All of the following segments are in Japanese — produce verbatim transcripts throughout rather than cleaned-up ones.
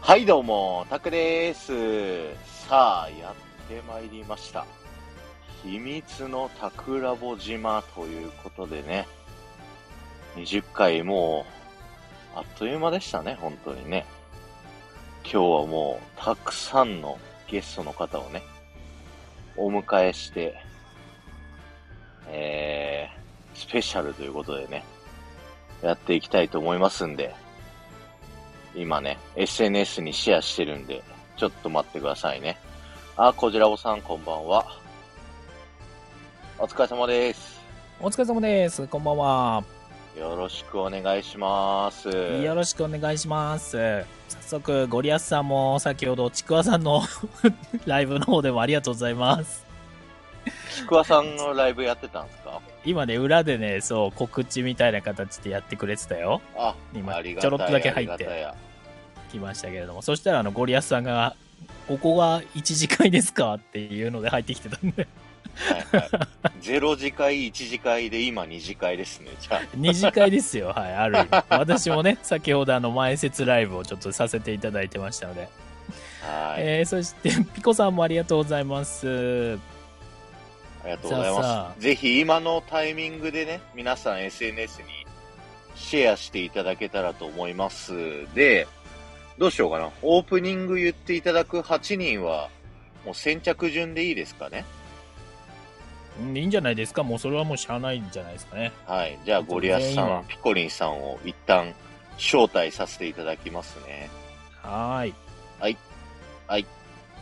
はいどうも、タクです。さあ、やってまいりました。秘密のタクラボ島ということでね、にじゅっかいもう、あっという間でしたね、本当にね。今日はもう、たくさんのゲストの方をね、お迎えして、えー、スペシャルということでね、やっていきたいと思いますんで、今ね、エスエヌエス にシェアしてるんで、ちょっと待ってくださいね。あ、こじらぼさんこんばんは。お疲れ様です。 お疲れ様です。こんばんは。 よろしくお願いします。 よろしくお願いします。早速、ゴリアスさんも先ほどちくわさんのライブの方でもありがとうございます。 ちくわさんのライブやってたんですか？ 今ね、裏でね、そう、告知みたいな形でやってくれてたよ。 あ、 今ありがたい、 ちょろっとだけ入ってきましたけれども、そしたらあのゴリアスさんが、ここがいち次会ですかっていうので入ってきてたんで。 はいはい。ゼロ次会、いち次会で今に次会ですね。じゃあ。 に次会ですよ。はい、ある意味。私もね、先ほどあの前説ライブをちょっとさせていただいてましたので。 はい。 えー、そして、ピコさんもありがとうございます。 ありがとうございます。ぜひ今のタイミングでね、皆さん エスエヌエス にシェアしていただけたらと思います。で、どうしようかな。オープニング言っていただくはちにんは、もう先着順でいいですかね。 いいんじゃないですか。もうそれはもうしゃあないんじゃないですかね。 はい。じゃあ、ゴリアスさん、ピコリンさんを一旦招待させていただきますね。 はーい。 はい。はい。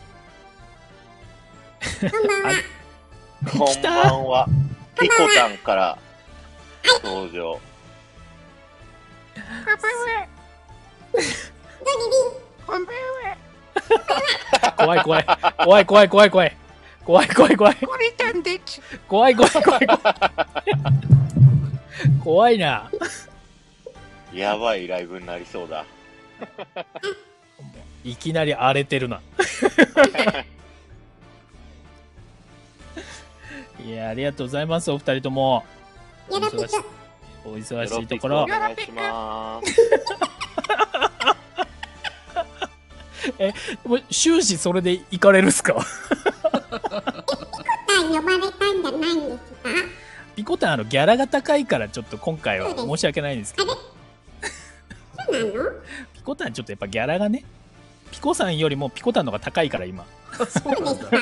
はい。 こんばんは。ピコタンから登場。 こんばんは。 怖い怖い。怖い怖い怖い怖い。怖い怖い怖い。 ゴリタンです。 怖い怖い怖い怖い。怖いな。 やばいライブになりそうだ。 いきなり荒れてるな。いや、ありがとうございます、お二人とも。お忙しい、お忙しいところ。 お願いします。 え、終始それで行かれるんすか？ 呼ばれたんじゃないんですか？ ピコタン、あの、ギャラが高いからちょっと今回は申し訳ないんですけど。 そうなの？ ピコタンちょっとやっぱギャラがね、ピコさんよりもピコタンの方が高いから今。 そうですか？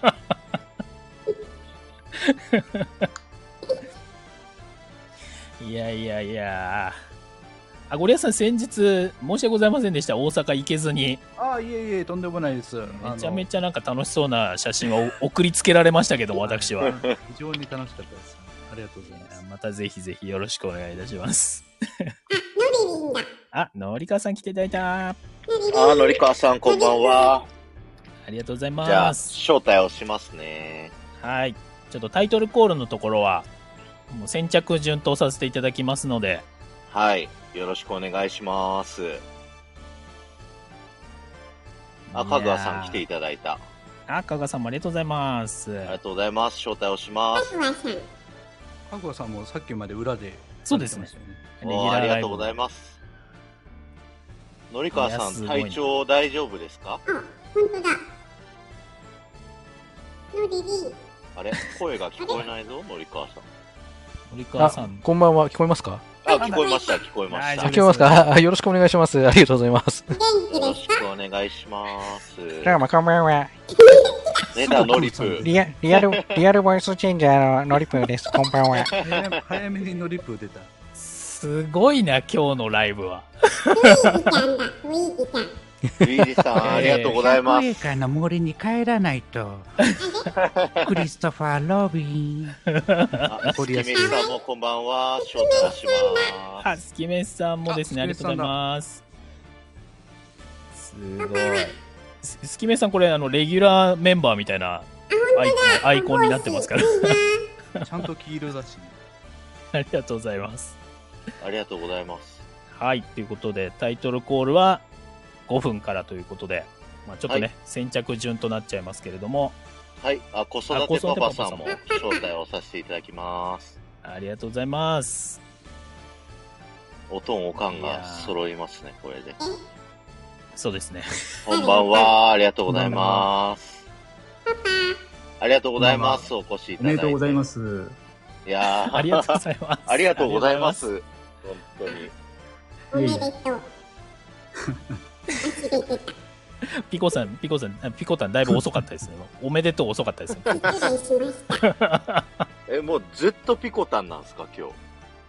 いやいやいや。あ、ゴリアスさん先日申し訳ございませんでした。大阪行けずに。 ああ、いえいえ、とんでもないです。 めちゃめちゃなんか楽しそうな写真を送りつけられましたけども、私は。 非常に楽しかったです。ありがとうございます。 またぜひぜひよろしくお願いいたします。 あ、のりりんだ。 あ、のりかわさん来ていただいた。 あ、のりかわさんこんばんは。 ありがとうございます。 じゃあ、招待をしますね。 はい。ちょっとタイトルコールのところは、もう先着順とさせていただきますので。 はい。よろしくお願いします。あ、かぐわさん来ていただいた。 あ、かぐわさんもありがとうございます。 ありがとうございます。招待をします。 かぐわさん。 かぐわさんもさっきまで裏で、 そうですね。 お、ありがとうございます。のりかわさん、体調大丈夫ですか？ あ、ほんとだ。のりりん。 あれ、声が聞こえないぞ、のりかわさん。 のりかわさん。 こんばんは、聞こえますか？ あ、聞こえました、聞こえました。 聞こえますか？よろしくお願いします。ありがとうございます。 元気ですか？ よろしくお願いします。 どうも、こんばんは。 ねだ、のりぷー。 リア、リアル、リアルボイスチェンジャーののりぷーです。こんばんは。 早, 早めにのりぷー出た。 すごいな、今日のライブは。 ウィージちゃんだ、ウィージちゃん。 ルイージさん、ありがとうございます。 ひゃくえんからの森に帰らないと。クリストファー・ロビン。 あ、スキメスさんもこんばんは。招待します。 あ、スキメスさんもですね、ありがとうございます。すごい。ス, スキメさん、これ、あの、レギュラーメンバーみたいなアイコン、アイコンになってますから。 ちゃんと黄色だしね。 ありがとうございます。 ありがとうございます。 はい、ということで、タイトルコールはごふんからということで、まあ、ちょっとね、はい、先着順となっちゃいますけれども。 はい、あ、子育てパパさんも招待をさせていただきます。 ありがとうございます。 おとんおかんが揃いますね、これで。 そうですね。 こんばんは。ありがとうございます。ありがとうございます。お越しいただいて。 おめでとうございます。 いやーありがとうございます。 ありがとうございます。本当に。 おめでとう。 ピコさん、ピコさん、ピコタンだいぶ遅かったですね。おめでとう遅かったですね。 失礼しました。 え、もうずっとピコタンなんですか、今日。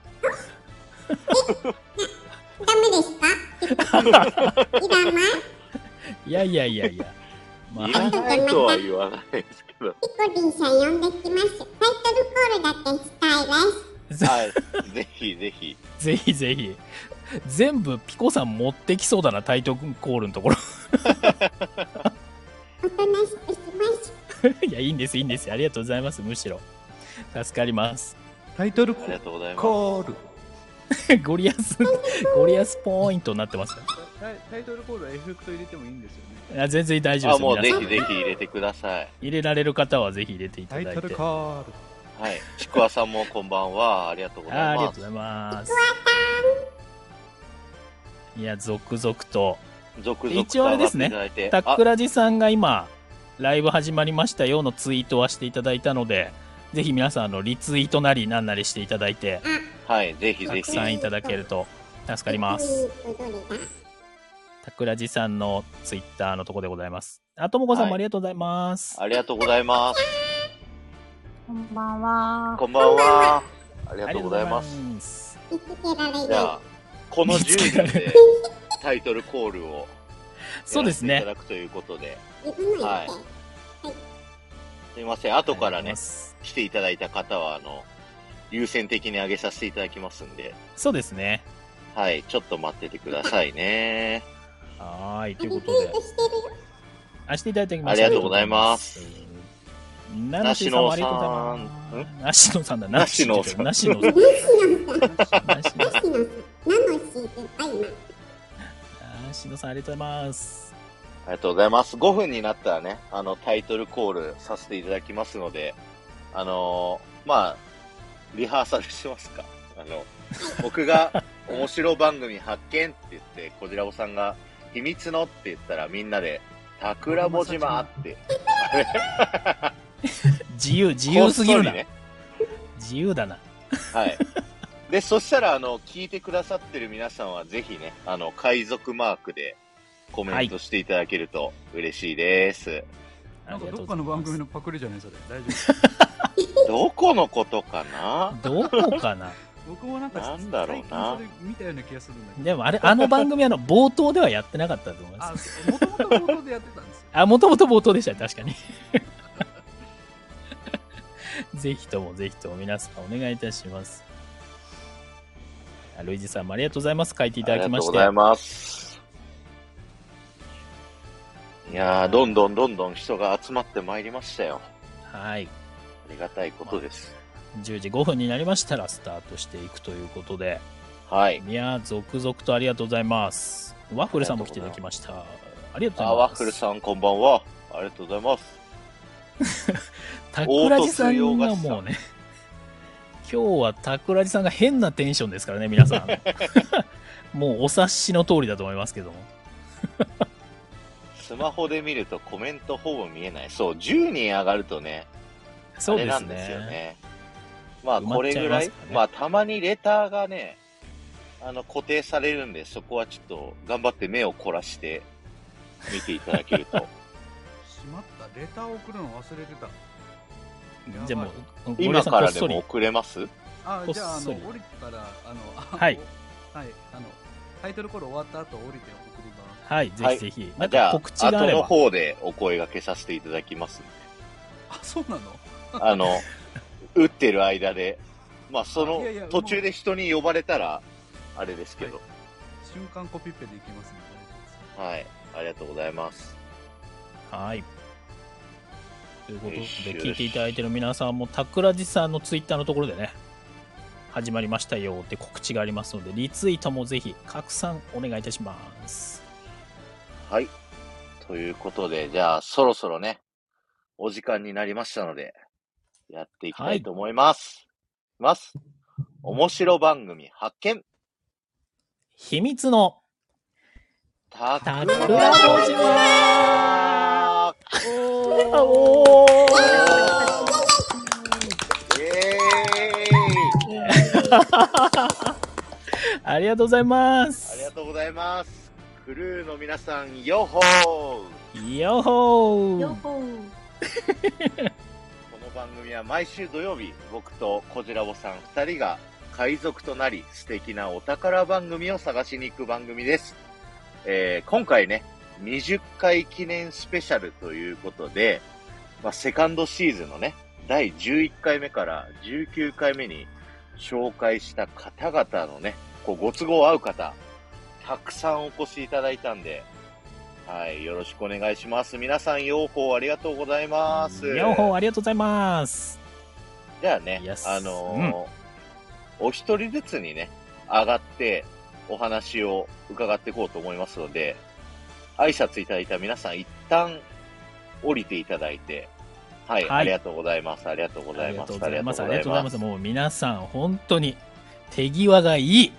ダメですか？いらない？ いやいやいやいや。 まあ、いらないとは言わないですけど。 ピコリンさん呼んできます。タイトルコールだってしたいです。 はい、ぜひぜひ。 ぜひぜひ。全部ピコさん持ってきそうだな、タイトルコールのところ。 おとなしくします。 いや、いいんです、いいんです。ありがとうございます、むしろ。助かります。 タイトルコありがとうございます。 ール。 ゴリアス、ゴリアスポイントになってますかタイタイトルコールはエフェクト入れてもいいんですよね。 ら。全然大丈夫です。 あ、もうぜ皆さんひぜひ入れてください。 入れられる方はぜひ入れていただいて。 タイトルコール。 はい。ちくわさんもこんばんは。ありがとうございます。 あありがとうございます。いや、続々と。 続々 一応あれですねと上がっていただいて。 タクラジさんが今、ライブ始まりましたよのツイートはしていただいたので、ぜひ皆さん、あの、リツイートなりなんなりしていただいて、 はい、ぜひたぜひ。 くさんいただけると助かります。タクラジさんのツイッターのとこでございます。あともこさんもありがとうございます。 ありがとうございます。 こんばんは。 こんばんは。ありあがとうございます。 見つけられない。 じゃあ、このじゅうにんでタイトルコールをそうですねやらせていただくということで、 自分のはい言って。 すみません、後からねありがとうございま、す来ていただいた方は、あの、優先的に上げさせていただきますんで、 そうですね。 はい、ちょっと待っててくださいね。 はーい、というリツイことでート、してるよ。 あしていただいてきまありがとうございます。 ナナシさんもありがとうございます。ナシノさんだ、ナシノさん。ナシノさん。 ナシノさん。 ナシノさん。 ナシノさん。何のシーンって言った今。 ナシノさん、ありがとうございます。 ありがとうございます。ごふんになったらね、あの、タイトルコールさせていただきますので、あのー、まあ、リハーサルしますか。あの、僕が面白番組発見って言って、こじらぼさんが秘密のって言ったらみんなで、タクラボ島って。 自由、自由すぎるな。 こっそりね。 自由だな。 はい。で、そしたら、あの、聞いてくださってる皆さんは、ぜひね、あの、海賊マークでコメントしていただけると嬉しいです。 なんかどっありがとうございますかの番組のパクリじゃないそれ。大丈夫。 どこのことかなどこかな。 僕もなんかなんだろうな最近それ見たような気がするんだけど。 でもあれ、あの番組あの、冒頭ではやってなかったと思いまあ、 す。 もともと冒頭でやってたんですよ。 あ、もともと冒頭でしたね、確かに。ぜひともぜひとも皆さんお願いいたします。ルイジさんもありがとうございます。書いていただきまして。 ありがとうございます。いやー、どんどんどんどん人が集まってまいりましたよ。 はい。 ありがたいことです。 じゅうじごふんになりましたらスタートしていくということで。 はい。 いやー、続々とありがとうございます。ワッフルさんも来ていただきました。ありがとうあ、 ございます。 ワッフルさんこんばんは。ありがとうございます。 タクラジさんがもうね、今日はタクラジさんが変なテンションですからね、皆さん。もうお察しの通りだと思いますけども。 スマホで見るとコメントほぼ見えない。そう、じゅうにん上がるとね、 そうですね。 あれなんですよね。まあ、 埋まっちゃいこれぐらい、 ますかねまあ、たまにレターがね、あの、固定されるんで、そこはちょっと頑張って目を凝らして見ていただけると。 しまった。レター送るの忘れてた。 じゃあもう、 今からでこっそりも送れますあ、じゃあ、あの、 こっそり降りたら、あの、あはい。 はい、あの、タイトルコール終わった後降りて送ります。 はい、ぜひぜひ。なんじゃあ、 か告知があれば。 後の方でお声掛けさせていただきますんで。 あ、そうなのあの、打ってる間で、まあ、そのいやいや途中で人に呼ばれたら、あれですけど。 瞬間コピッペでいきますね。 はい。ありがとうございます。 はい。ということで、 よし聞いていただいている皆さんも、タクラジさんのツイッターのところでね、始まりましたよって告知がありますので、リツイートもぜひ拡散お願いいたします。 はい。ということで、じゃあ、そろそろね、お時間になりましたので、やっていきたいと思います。いきます。面白番組発見。 秘密のタクラタクラボボ島島おーイエーイありがとうございますありがとうございます。クルーの皆さん、ヨッホーよっほーよっほー。 この番組は毎週土曜日、僕とコジラボさんふたりが海賊となり素敵なお宝番組を探しに行く番組です。えー、今回ね、にじゅっかい記念スペシャルということで、まあ、セカンドシーズンのね、だいじゅういっかいめからじゅうきゅうかいめに紹介した方々のね、こうご都合合う方、たくさんお越しいただいたんで、はい、よろしくお願いします。皆さん、ようほうありがとうございます。 よっほーありがとうございますじゃあね、 Yes あのー、お一人ずつにね、上がってお話を伺っていこうと思いますので、挨拶いただいた皆さん、一旦降りていただいて、はい、 はいありがとうございます。ありがとうございます。 ありがとうございます。ありがとうございます。もう皆さん、本当に手際がいい。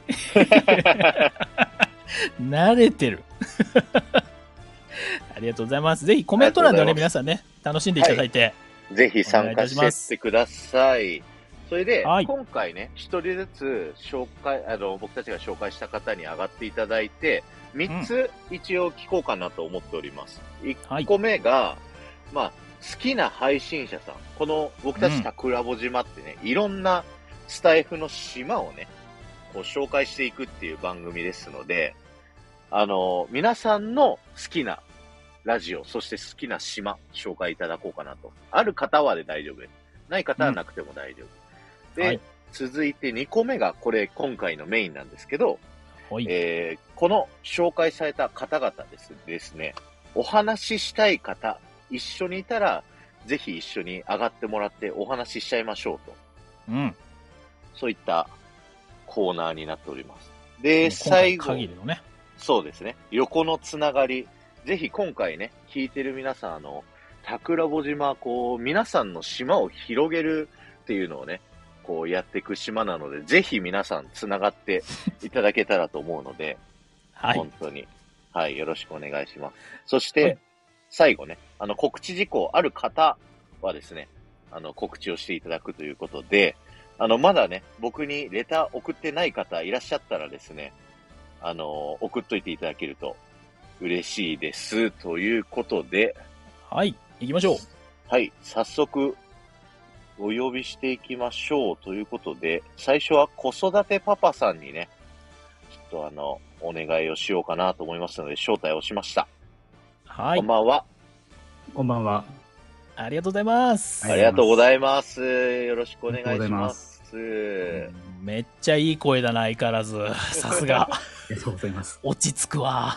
慣れてる。ありがとうございます。ぜひコメント欄でね、皆さんね、楽しんでいただいて。 ぜひ参加してってください。それで、 はい今回ね、一人ずつ紹介、あの、僕たちが紹介した方に上がっていただいて、みっつ一応聞こうかなと思っております。いっこめが、まあ、好きな配信者さん。この僕たちタクラボ島ってね、いろんなスタイフの島をね、こう紹介していくっていう番組ですので、あの、皆さんの好きなラジオ、そして好きな島、紹介いただこうかなと。ある方はで大丈夫です。ない方はなくても大丈夫。で、 はい続いてにこめが、これ今回のメインなんですけど、 はい。 えーこの紹介された方々ですですね、お話ししたい方、一緒にいたら、ぜひ一緒に上がってもらってお話ししちゃいましょうと。 うん。 そういったコーナーになっております。で、 今回最後、 限りのね。 そうですね、横のつながり、ぜひ今回ね、聞いてる皆さん、あの、タクラボ島、こう、皆さんの島を広げるっていうのをね、こうやっていく島なので、ぜひ皆さんつながっていただけたらと思うので、 はい。 本当に、はい、よろしくお願いします。そして、 はい最後ね、あの、告知事項ある方はですね、あの、告知をしていただくということで、あの、まだね、僕にレター送ってない方いらっしゃったらですね、あの、送っといていただけると嬉しいです。ということで、 はい。行きましょう。 はい、早速、お呼びしていきましょうということで、最初は子育てパパさんにね、ちょっとあの、お願いをしようかなと思いますので、招待をしました。 はいこん。ばんは。 こんばんは。 ありがとうございます。 ありがとうございます。よろしくお願いしありがとうございま。 ますめっちゃいい声だな、相変わらず。さすが。 ありがとうございます。 落ち着くわ。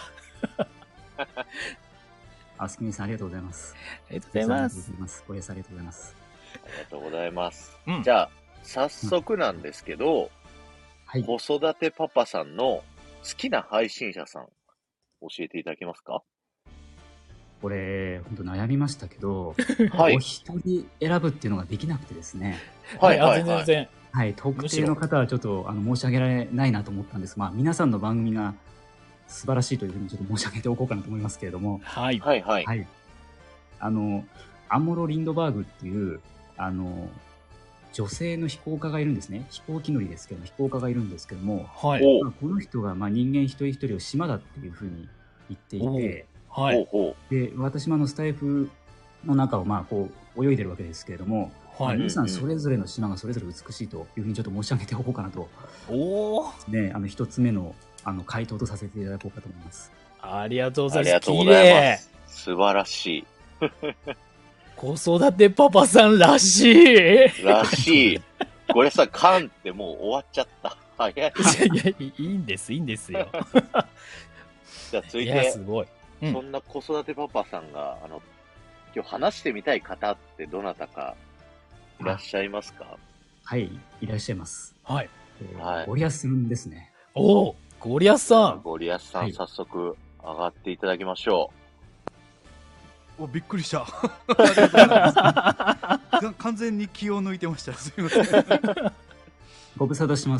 あすきみさん、ありがとうございます。 ありがとうございまありがとうす。 ございます。ご連絡ありがとうございます。 ありがとうございます。 うんじゃあ、早速なんですけど、 はい。 子育てパパさんの好きな配信者さん、教えていただけますか？ これ、本当悩みましたけど、 はいお。一人選ぶっていうのができなくてですね。 はい、 あはい、はい。 全然全然。 はい。特定の方はちょっとあの申し上げられないなと思ったんですが、まあ、皆さんの番組が素晴らしいというふうにちょっと申し上げておこうかなと思いますけれども、 はい。 はい、はい。 はい。あの、アンモロ・リンドバーグっていう、あの、女性の飛行家がいるんですね。飛行機乗りですけど、飛行家がいるんですけども、 はい。 おまあ、この人がまあ人間一人一人を島だっていうふうに言っていて、 はい。 ほうほで、私もあのスタイフの中をまあこう泳いでるわけですけれども、まはい。 あ皆さんそれぞれの島がそれぞれ美しいというふうにちょっと申し上げておこうかなと、 おー。 ね、あの一つ目のあの回答とさせていただこうかと思います。 ありがとうう。 ございます。 ありがとうご綺ざいま麗。 す。素晴らしい。 子育てパパさんらしい。いやらしい。これさ、カンってもう終わっちゃった。早い。 いや、いいんです、いいんですよ。 じゃあ続いいや、 てす、ごい。うんそんな子育てパパさんが、あの、今日話してみたい方ってどなたかいらっしゃいますか？ はい、いらっしゃいます。 はい。 えーはいゴリアスんですね。 おー、ゴリアスさん。 ゴリアスさん、 はい早速上がっていただきましょお、びっくりした。ありがとうございますが完全に気を抜いてました。すみません。 ご無沙汰します。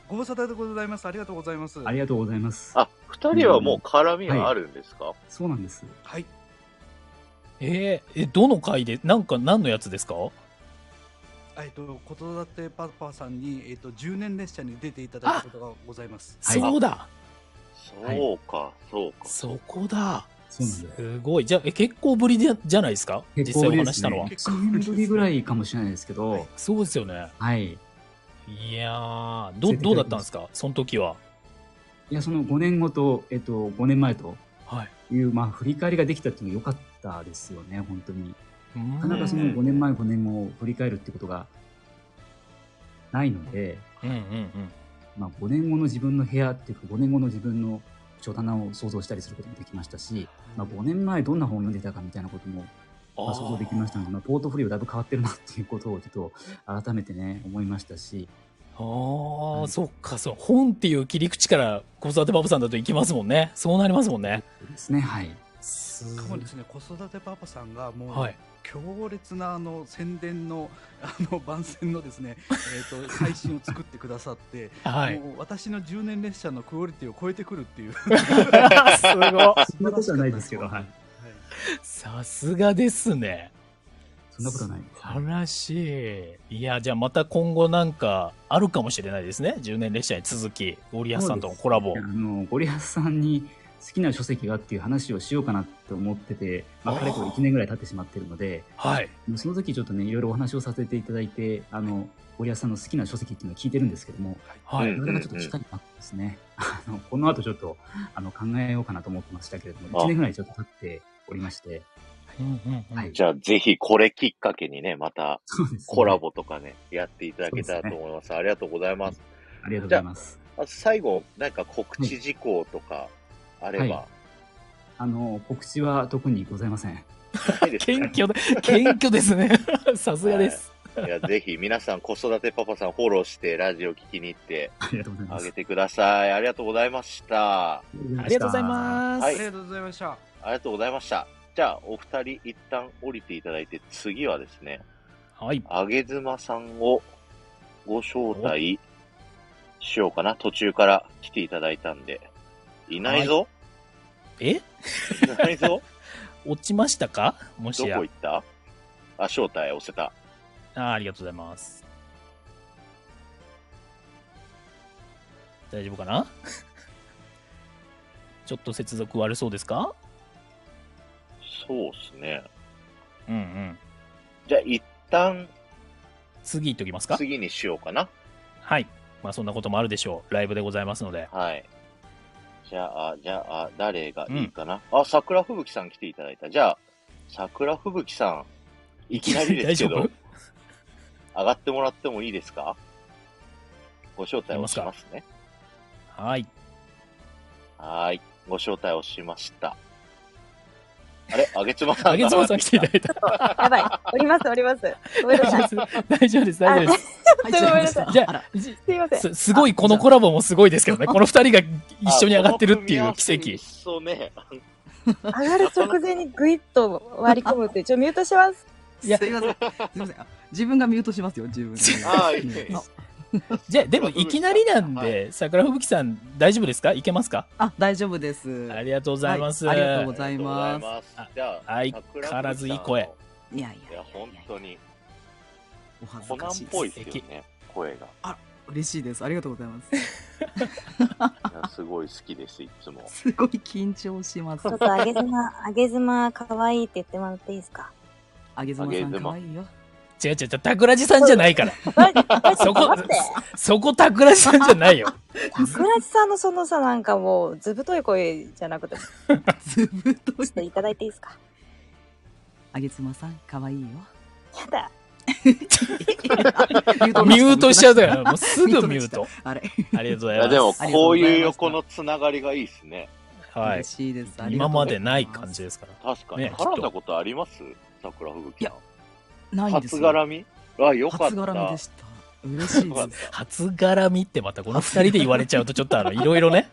ご無沙汰でございます。ありがとうございます。 ありがとうございます。 あ、二人はもう絡みがあるんですか？ はい、そうなんです。 はい。 えー、え、どの回で、なんか何のやつですか？ えっと、子育てパパさんに、えっと、じゅうねん列車に出ていただいたことがございます。 そうだ。 そうか、そうか。 そこだ。 そうなんです。 すごい。じゃあ、え、結構ぶりでじゃないですか？実際お話したのは。 いちねんぶりぐらいかもしれないですけど。はい、 そうですよね。 はい。 いやー、ど、どうだったんですかその時は。 いや、そのごねんごと、えっと、ごねんまえという、 はい、 まあ、振り返りができたっていうのが良かったですよね、本当に。なかなかそのごねんまえ、ごねんごを振り返るってことがないので、 うんうんうん。 まあ、ごねんごの自分の部屋っていうか、ごねんごの自分の書棚を想像したりすることもできましたし、まあ、ごねんまえどんな本を読んでいたかみたいなことも、まあ、想像できましたので、まあ、ポートフォリオだいぶ変わってるなっていうことをちょっと改めてね、思いましたし。 ああ、はい、そっか、そう、本っていう切り口から子育てパパさんだといきますもんね。そうなりますもんね。 そうですね、はい。 しかもですね、子育てパパさんがもう、はい、強烈なあの宣伝のあの番宣のですね、えっと配信を作ってくださって、はい、もう私のじゅうねん列車のクオリティを超えてくるっていう。すごい。そんなことはないですけど、はい。 さすがですね。 そんなことない。 素晴らしい。いや、じゃあまた今後なんかあるかもしれないですね。じゅうねん列車に続き、ゴリアスさんとのコラボ。 あの、ゴリアスさんに好きな書籍がっていう話をしようかなと思ってて、まあ、かれこれいちねんぐらい経ってしまってるので、 はい。 その時ちょっとね、いろいろお話をさせていただいて、あの、ゴリアスさんの好きな書籍っていうのを聞いてるんですけども、はい。それがちょっと近いなってですね、あの、この後ちょっと、あの、考えようかなと思ってましたけれども、いちねんぐらいちょっと経っておりまして、 うんうんうん、 はい、じゃあぜひこれきっかけにね、またコラボとかね、やっていただけたらと思います。ありがとうございます。 ありがとうございます。 じゃあ最後、なんか告知事項とかあれば、はいはい、 あの、告知は特にございません。 謙虚だ、謙虚ですね。さすがです。 はい、いや、ぜひ皆さん子育てパパさんフォローしてラジオ聞きに行ってあげてください。ありがとうございました。 ありがとうございます。 はい、ありがとうございました。 ありがとうございました。じゃあ、お二人一旦降りていただいて、次はですね、 はい。 あげずまさんをご招待しようかな。途中から来ていただいたんで。いないぞ、はい、 えいないぞ落ちましたかもしや。 どこ行った？あ、招待押せた。 あ、ありがとうございます。大丈夫かなちょっと接続悪そうですか？ そうっすね。 うんうん。 じゃあ、一旦、 次行っときますか？ 次にしようかな。 はい。まあ、そんなこともあるでしょう。ライブでございますので。 はい。じゃあ、じゃあ、誰がいいかな。うん、あ、桜吹雪さん来ていただいた。じゃあ、桜吹雪さん、いきなりですけど、上がってもらってもいいですか？ご招待をしますね。 はい。 はい。ご招待をしました。あれ、あげつまさん。 あげつまさん来ていただいた。 やばい。おります、おります。ごめんなさい。 大丈夫です、大丈夫です。 ごめんなさい。 じゃあ、 すいませんす。すごい、このコラボもすごいですけどね。この二人が一緒に上がってるっていう奇跡。 そうね。 上がる直前にグイッと割り込むって、ちょ、ミュートします。 いや、すいません。すいません。自分がミュートしますよ、自分。 ああ、いいね。 じゃあ、でもいきなりなんで、はい、桜吹雪さん大丈夫ですか？いけますか？ あ、大丈夫です。 ありがとうございます。 はい、ありがとうございます。 じゃあ、 相変わらずいい声。 いやいやいや、本当に。 お恥ずかしいです。 コナンっぽいですよね、声が。 あ、嬉しいです。ありがとうございます。 いや、すごい好きです、いつも。 すごい緊張します。 ちょっとあげずま、あげずまかわいいって言ってもらっていいですか？ あげずまさんかわいいよ。 違う違う違う、タクラジさんじゃないから。そこ、そこタクラジさんじゃないよ。 タクラジさんのそのさ、なんかもう、ずぶとい声じゃなくて。 ずぶとい。 ちょっといただいていいですか？ あげつまさん、かわいいよ。 やだ。 ミュートしちゃうから、もうすぐミュート。 あれ。 ありがとうございます。 でも、こういう横のつながりがいいですね。 はい。 嬉しいです。 今までない感じですから。 確かに。絡んだことあります？桜吹雪さん。 ないですよ。初絡み？あ、よかった。 初絡みでした。嬉しいです。 初絡みってまたこの二人で言われちゃうとちょっとあの、いろいろね。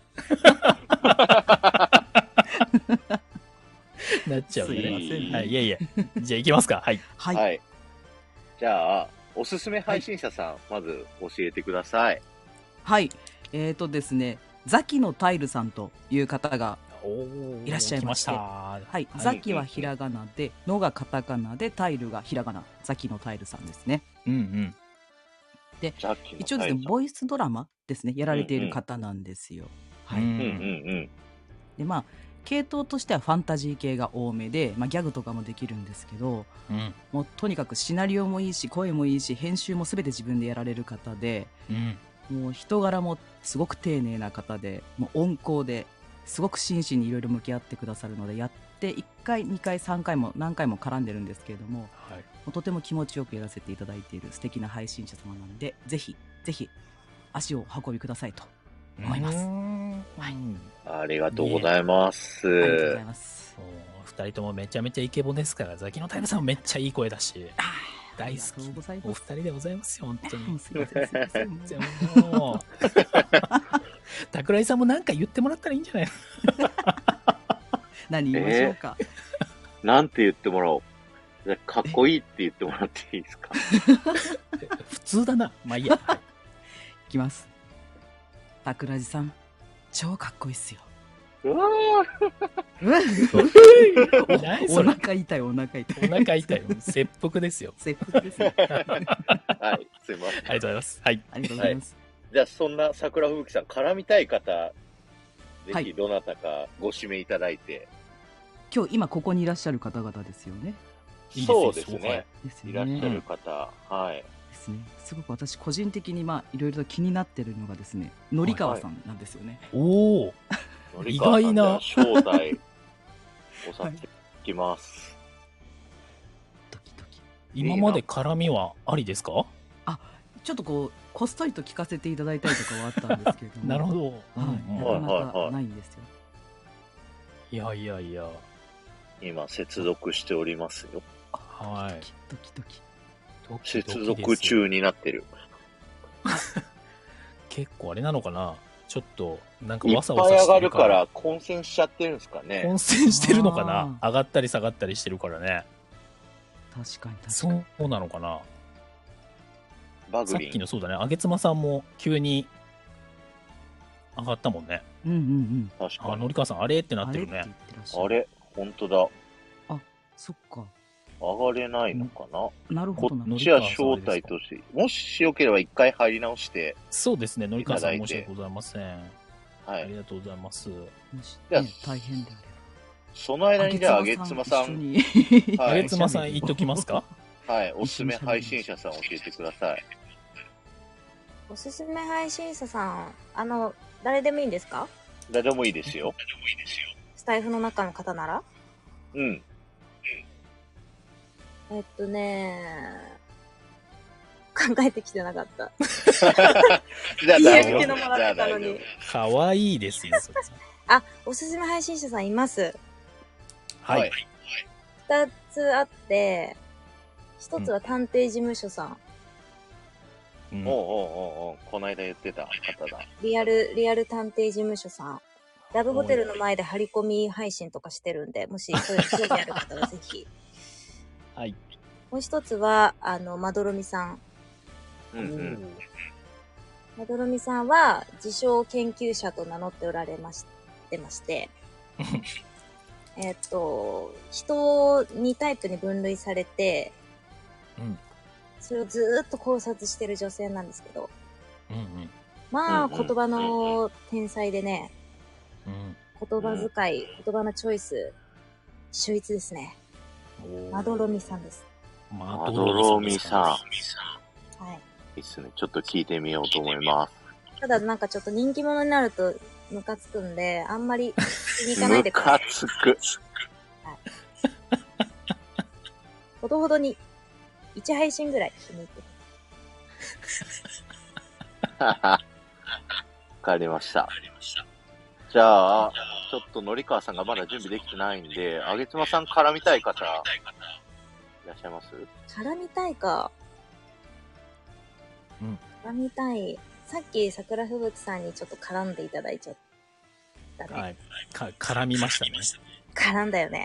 なっちゃうね。すいません。はい、いえいえ。じゃあ行きますか。はい。 はい。 はい、じゃあ、おすすめ配信者さん、はい、まず教えてください。 はい。えっ、ー、とですね、ザキのタイルさんという方がいらっしゃいまして、はい、ザキはひらがなで、のがカタカナで、タイルがひらがな、ザキのタイルさんですね。 うんうん。 で、一応ですね、ボイスドラマですね、やられている方なんですよ。はい。で、まあ、系統としてはファンタジー系が多めで、まあ、ギャグとかもできるんですけど、うん、もうとにかくシナリオもいいし、声もいいし、編集も全て自分でやられる方で、うん、もう人柄もすごく丁寧な方で、もう温厚ですごく真摯にいろいろ向き合ってくださるので、やっていっかい、にかい、さんかいも何回も絡んでるんですけれども、はい、もうとても気持ちよくやらせていただいている素敵な配信者様なんで、ぜひぜひ足をお運びくださいと思います。はい、 ありがとうございます。 ね、ありがとうございます。 ふたりともめちゃめちゃイケボですから、ザキのタイルさんもめっちゃいい声だし、大好き。お二人でございますよ、本当に。すいません、すいません。もう。桜井さんも何か言ってもらったらいいんじゃないの？ 何言いましょうか。えー、なんて言ってもらおう。かっこいいって言ってもらっていいですか？ 普通だな。まあいいや。はい、 いきます。桜地さん、超かっこいいっすよ。 うわーお腹痛い、お腹痛い。 お腹痛い。切腹ですよ。 切腹ですよ。 はい、すいません。ありがとうございます。はい。 ありがとうございます。はい、 じゃあ、そんな桜吹雪さん、絡みたい方、ぜひどなたかご指名いただいて。はい、 今日、今ここにいらっしゃる方々ですよね。 そうですね。 ですいらっしゃる方、うん、はい。 ですね。すごく私、個人的に、まあ、いろいろと気になってるのがですね、のりかわさんなんですよね。 はい、おお。意外な。 招待、おさせていきます。 ドキドキ。 今まで絡みはありですか？ あ、ちょっとこう、こっそりと聞かせていただいたりとかはあったんですけれども。 なるほど。 はい。なかなかないんですよ。 いやいやいや。 今、接続しておりますよ。 はい。 ドキドキ。 接続中になってる。 結構あれなのかな、ちょっと、なんかわさわさしてるから。いっぱい上がるから、混戦しちゃってるんですかね。 混戦してるのかな、上がったり下がったりしてるからね。 確かに確かに。 そうなのかな。 バグリン。 さっきのそうだね、あげつまさんも急に上がったもんね。 うんうんうん。 確かに。 あ、のりかわさん、あれってなってるね。 あれほんとだ。 あ、そっか。 上がれないのかな。 なるほど。 こっちは招待として、もしよければ一回入り直して。 そうですね、のりかわさん申し訳ございません。 はい。 ありがとうございます。 じゃあ、大変であれば。 その間にじゃあ、あげつまさん。 あげつまさん言っときますか？ はい、おすすめ配信者さん教えてください。 おすすめ配信者さん、あの、誰でもいいんですか？ 誰でもいいですよ。 スタイフの中の方なら？ うん。 えっとね考えてきてなかった。 じゃあ大丈夫。 いいのもらってたのに。 かわいいですよ。 あ、おすすめ配信者さんいます。 はい。 二つあって、一つは探偵事務所さん。 うん、おうおうおうおう、この間言ってた方だ。 リアル、リアル探偵事務所さん。ラブホテルの前で張り込み配信とかしてるんで、もしそういう興味ある方はぜひ。 はい。 もう一つは、あの、まどろみさん。 うんうん。 まどろみさんは、自称研究者と名乗っておられまし、てまして、えっと、人にタイプに分類されて、うん、それをずーっと考察してる女性なんですけど、うんうん、まあ、言葉の天才でね、うん、言葉遣い、言葉のチョイス、秀逸ですね。まどろみさんです。 まどろみさん。はい。 いいっすね。ちょっと聞いてみようと思います。 ただなんかちょっと人気者になるとムカつくんで、あんまり気に行かないでください。 ムカつく。 はい。ほどほどに、いち配信ぐらい気に入ってる。わかりました。じゃあ、ちょっとのりかわさんがまだ準備できてないんで、あげつまさん絡みたい方、いらっしゃいます？ 絡みたいか。うん。絡みたい。さっき桜吹雪さんにちょっと絡んでいただいちゃったね。 はい。か、絡みましたね。 絡んだよね。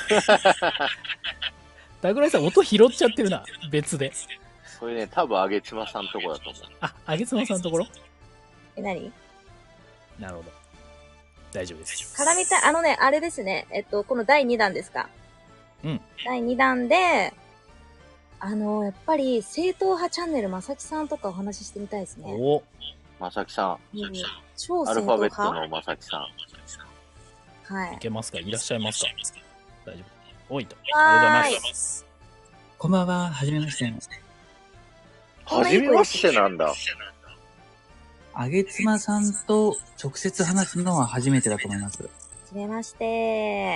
桜井さん、音拾っちゃってるな。別で。 これね、多分あげつまさんとこだと思う。 あ、あげつまさんのところ？ え、何？ なるほど。大丈夫です。 絡みたい、あのね、あれですね。えっと、このだいにだんですか？ うん。 だいにだんで、あの、やっぱり、正統派チャンネル、まさきさんとかお話ししてみたいですね。 おまさきさん。 うん、超正統派。 アルファベットのまさきさん。 はい。 いけますか？いらっしゃいますか？大丈夫。おいと。 ありがとうございます。 こんばんは。はじめまして。 はじめましてなんだ。 あげつまさんと直接話すのは初めてだと思います。はじめまして。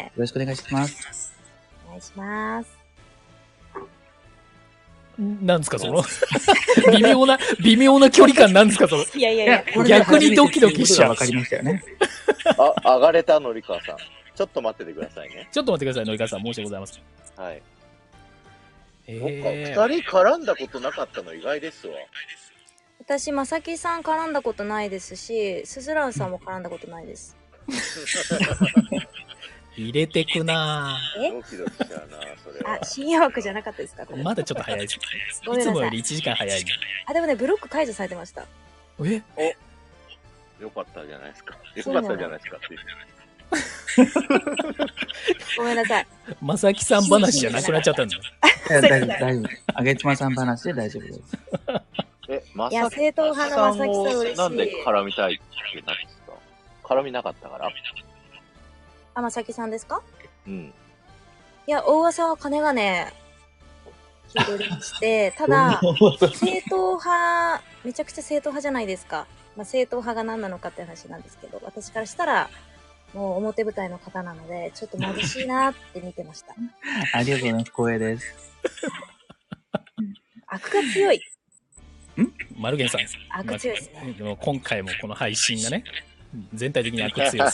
よろしくお願いします。 お願いします。 なんですか、その微妙な、微妙な距離感なんですか、その。 いやいやいや、 逆にドキドキしちゃう。 わかりましたよね。 あ、上がれた、のりかわさん。ちょっと待っててくださいね。 ちょっと待ってください、のりかわさん。申し訳ございません。 はい。 えー、二人絡んだことなかったの意外ですわ。 私、まさきさん絡んだことないですし、すずらんさんも絡んだことないです。 入れてくなぁ。え？ ドキドキしちゃうなそれは。 あ、深夜枠じゃなかったですか？これまだちょっと早いです。 ごめんなさい。 いつもよりいちじかん早い。 あ、でもね、ブロック解除されてました。 え？ お、よかったじゃないですか。よかったじゃないですかってごめんなさい。 まさきさん話じゃなくなっちゃったんだ。 いや、大丈夫、大丈夫。あげつまさん話で大丈夫です。 え、まいや、 さき正統派のまさきさん嬉しい。 なんで絡みたいってなったんですか？絡みなかったから？ あ、まさきさんですか？ うん。 いや、大噂は金がね、聞いておりまして、ただ、正統派、めちゃくちゃ正統派じゃないですか。まあ、正統派が何なのかって話なんですけど、私からしたら、もう表舞台の方なので、ちょっと眩しいなって見てました。 ありがとうございます。光栄です。 悪が強い。 んマルゲンさん。 悪強いですね。 でも今回もこの配信がね、全体的に悪強いです。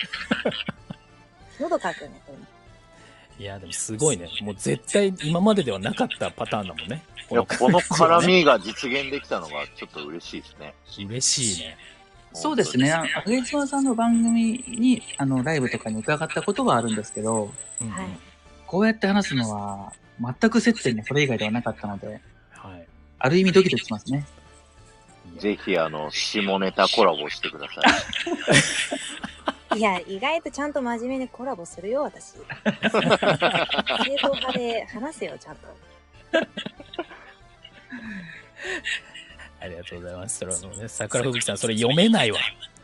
喉かくね、これ。 いや、でもすごいね。もう絶対今までではなかったパターンだもんね。 いや、この絡みが実現できたのがちょっと嬉しいですね。 嬉しいね。 そうですね。あげつまさんの番組に、あの、ライブとかに伺ったことはあるんですけど、 はい。 こうやって話すのは、全く接点がそれ以外ではなかったので、 はい。 ある意味ドキドキしますね。 ぜひ、あの、下ネタコラボしてください。いや、意外とちゃんと真面目にコラボするよ、私。正統派で話せよ、ちゃんと。 ありがとうございます。それはね、桜吹雪さん、それ読めないわ。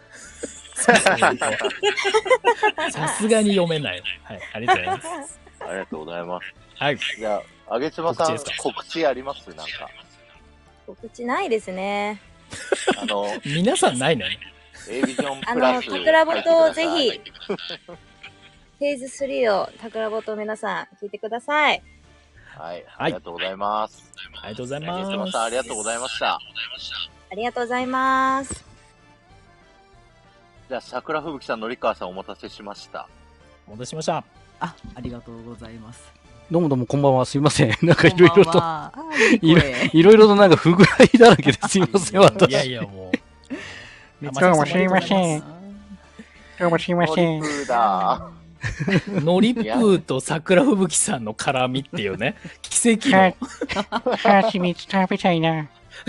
さすがに読めないわ。はい、ありがとうございます。 ありがとうございます。 はい。 じゃあ、あげつまさん、告知ありますなんか。 告知ないですね。 あの、 皆さんないのね。 A ビジョンあプラス。 の、桜ボトをぜひ、フェーズスリーを桜ボト皆さん聞いてください。 はい、ありがとうございます。 ありがとうございます。 あげつまさん、ありがとうございました。 ありがとうございます。 じゃあ、桜吹雪さん、のりかわさん、お待たせしました。 お待たせしました。 あ、ありがとうございます。 どうもどうもこんばんは。すいません。なんかいろいろと、 いろいろとなんか不具合だらけですいません、私。 いやいや、もう。 どうもすいません。どうもすいません。 ノリプーと桜吹雪さんの絡みっていうね、奇跡の。 はちみつ食べたいな。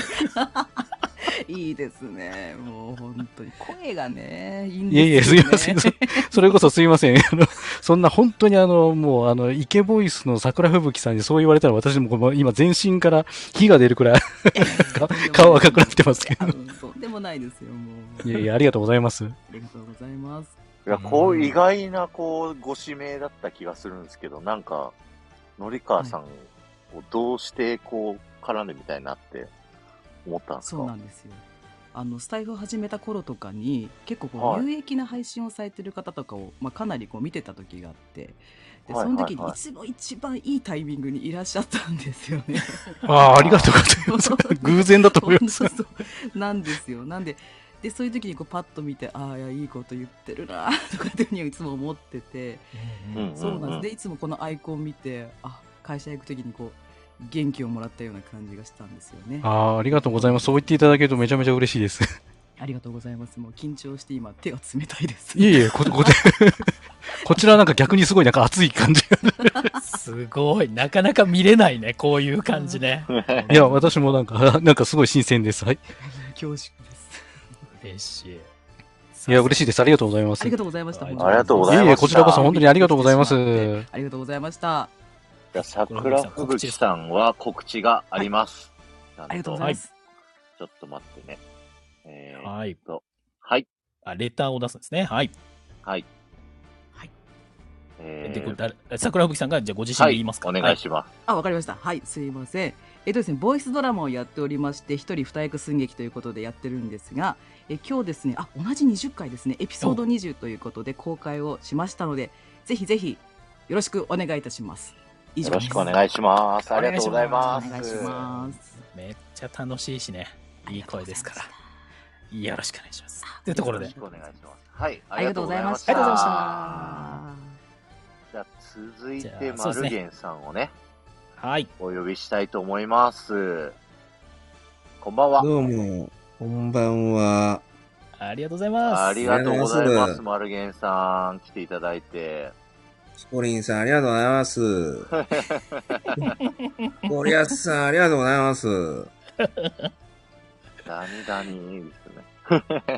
いいですね。もう本当に声がね、いいんですよね。 いやいや、すいません。それこそすいません。あの、そんな本当にあの、もうあの、イケボイスの桜吹雪さんにそう言われたら私も今全身から火が出るくらい顔赤くなってますけど。 とんでもないですよ、もう。いやいや、ありがとうございます。 ありがとうございます。 いや、こう、意外な、こう、ご指名だった気がするんですけど、なんか、のりかわさんをどうして、こう、絡んでみたいなって思ったんですか？ そうなんですよ。あの、スタイフを始めた頃とかに、結構こう、 はい有益な配信をされてる方とかを、まあ、かなりこう見てた時があって、で、 はいその時にはいはいいつも一番いいタイミングにいらっしゃったんですよね。 ああ、ありがとうございます。偶然だと思います。 そうそうそうなんですよ。なんで、でそういう時にこうパッと見て、ああ、いや、いいこと言ってるなとかっていうふうにいつも思ってて、 うんそうなんです。で、いつもこのアイコン見て、あ、会社行く時にこう、元気をもらったような感じがしたんですよね。 ああ、ありがとうございます。そう言っていただけるとめちゃめちゃ嬉しいです。 ありがとうございます。もう緊張して今、手が冷たいです。 いえいえ、こ、こ、こちらなんか逆にすごいなんか熱い感じが。すごい。なかなか見れないね。こういう感じね。 いや、私もなんか、なんかすごい新鮮です。はい。 恐縮です。 嬉しい。 いや、嬉しいです。ありがとうございます。 ありがとうございました。 ありがとうございます。 いえいえ、こちらこそ本当にありがとうございます。 ありがとうございました。 じゃあ、桜吹雪さんは告知があります。 はい、ありがとうございます。 ちょっと待ってね。えー、 はい。 はい。 あ、レターを出すんですね。はい。 はい。 はい。えー、で、これ、桜吹さんが、じゃあご自身で言いますか。 はい、お願いします。はい、 あ、わかりました。はい、すいません。えっとですね、ボイスドラマをやっておりまして、一人二役寸劇ということでやってるんですが、え今日ですね、あ、同じにじゅっかいですね、エピソードにじゅうということで公開をしましたので、ぜひぜひよろしくお願いいたします。 以上です。よろしくお願いします。ありがとうございます。 お願いします。 めっちゃ楽しいしね、いい声ですから。よろしくお願いします。というところで。 よろしくお願いします。はい、 ありがとうございました。ありがとうございました。じゃあ、続いて、マルゲンさんをね、 はい。 お呼びしたいと思います。こんばんは。 どうも、こんばんは。 ありがとうございます。 ありがとうございます。マルゲンさん、来ていただいて。 ヒコリンさん、ありがとうございます。ゴリアスさん、ありがとうございます。 ダニダニですね。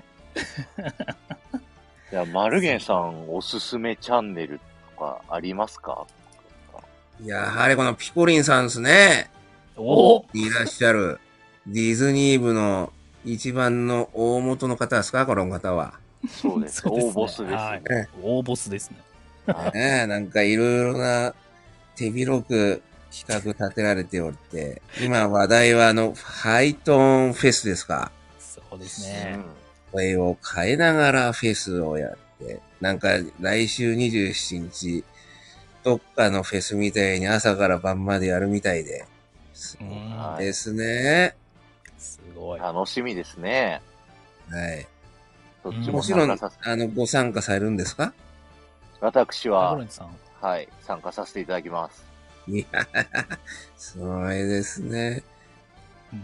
じゃあ、マルゲンさん、おすすめチャンネルとかありますか？ やはりこのピコリンさんですね。 おおいらっしゃる。ディズニー部の一番の大元の方ですか、この方は。 そうです。大ボスですね。 大ボスですね。 ねえ、なんかいろいろな手広く企画立てられておって、今話題はあの、ハイトーンフェスですか。 そうですね。 声を変えながらフェスをやって、なんか来週にじゅうしちにち、どっかのフェスみたいに朝から晩までやるみたいで。すごいですね。 すごい。 楽しみですね。 はい。 どっちももちろん、あの、ご参加されるんですか？ 私は、はい、参加させていただきます。 いや、すごいですね。 うん。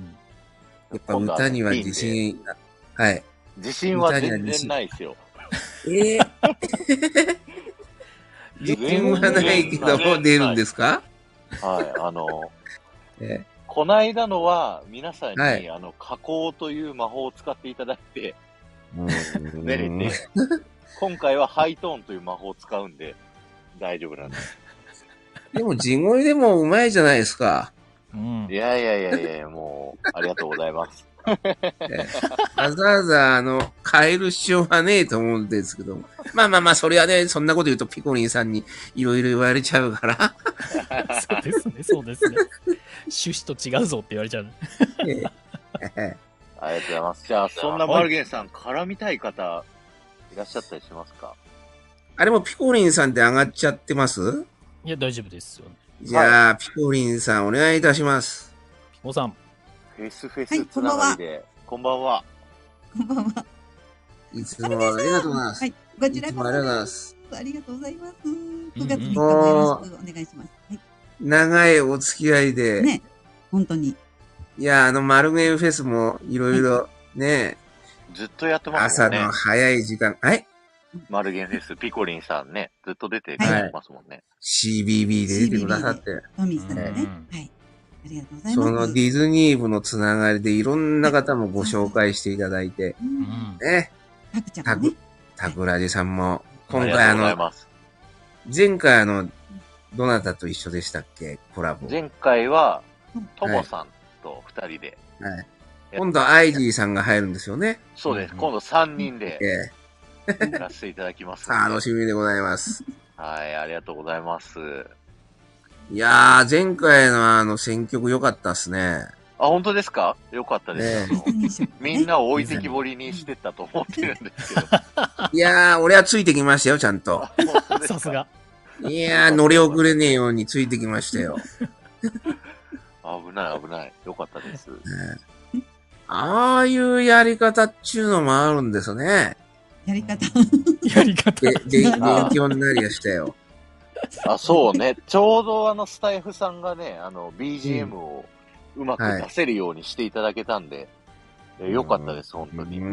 やっぱ歌には自信、はい。 自信は全然ないですよ。 ええー自信はないけども出るんですか？ はい、あの、 えこないだのは皆さんに、 はい、 あの、加工という魔法を使っていただいて、寝れて、今回はハイトーンという魔法を使うんで、大丈夫なんです。 でも、地声でもうまいじゃないですか。 うん、 いやいやいやいや、もう、ありがとうございます。 わざわざ、あの、変える必要はねえと思うんですけども。まあまあまあ、それはね、そんなこと言うとピコリンさんにいろいろ言われちゃうから。 そうですね、そうですね。趣旨と違うぞって言われちゃう。 ありがとうございます。じゃあ、そんなマルゲンさん、絡みたい方、いらっしゃったりしますか？ あれもピコリンさんって上がっちゃってます？ いや、大丈夫ですよね。 じゃあ、はい、ピコリンさん、お願いいたします。 ピコさん。 フェスフェスつながりで、こんばんは。 こんばんは。 いつもありがとうございます。 はい、こちらこそ。 ありがとうございます。 ありがとうございます。くがつみっかもよろしくお願いします。はい、 長いお付き合いで。 ね、本当に。 いや、あの、マルゲンフェスもいろいろね、 ずっとやってますもんね。 朝の早い時間。はい。 マルゲンフェス、ピコリンさんね、ずっと出てくれますもんね。はい、 シービービー で出てくださって。 トミーさんね。はい。ありがとうございます。 そのディズニー部のつながりでいろんな方もご紹介していただいて。うん、ね。 タクちゃんもね。 タクラジさんも。今回あの、前回あの、どなたと一緒でしたっけ？コラボ。 前回は、トモさんと二人で。 はい。今度アイジーさんが入るんですよね。 そうです。今度三人で。やらせていただきます。 楽しみでございます。 はい、ありがとうございます。 いやー、前回のあの選曲良かったっすね。 あ、本当ですか？良かったです。ね、みんなを置いてきぼりにしてったと思ってるんですけど。 いやー、俺はついてきましたよ、ちゃんと。 さすが。 いやー、乗り遅れねえようについてきましたよ。 危ない危ない。良かったです。 ね、ああいうやり方っちゅうのもあるんですね。 やり方やり方で、で、勉強になりやしたよ。 あ、そうね。ちょうどあのスタイフさんがね、あの ビージーエム をうまく出せるようにしていただけたんで、はい、よかったです、本当に。うん。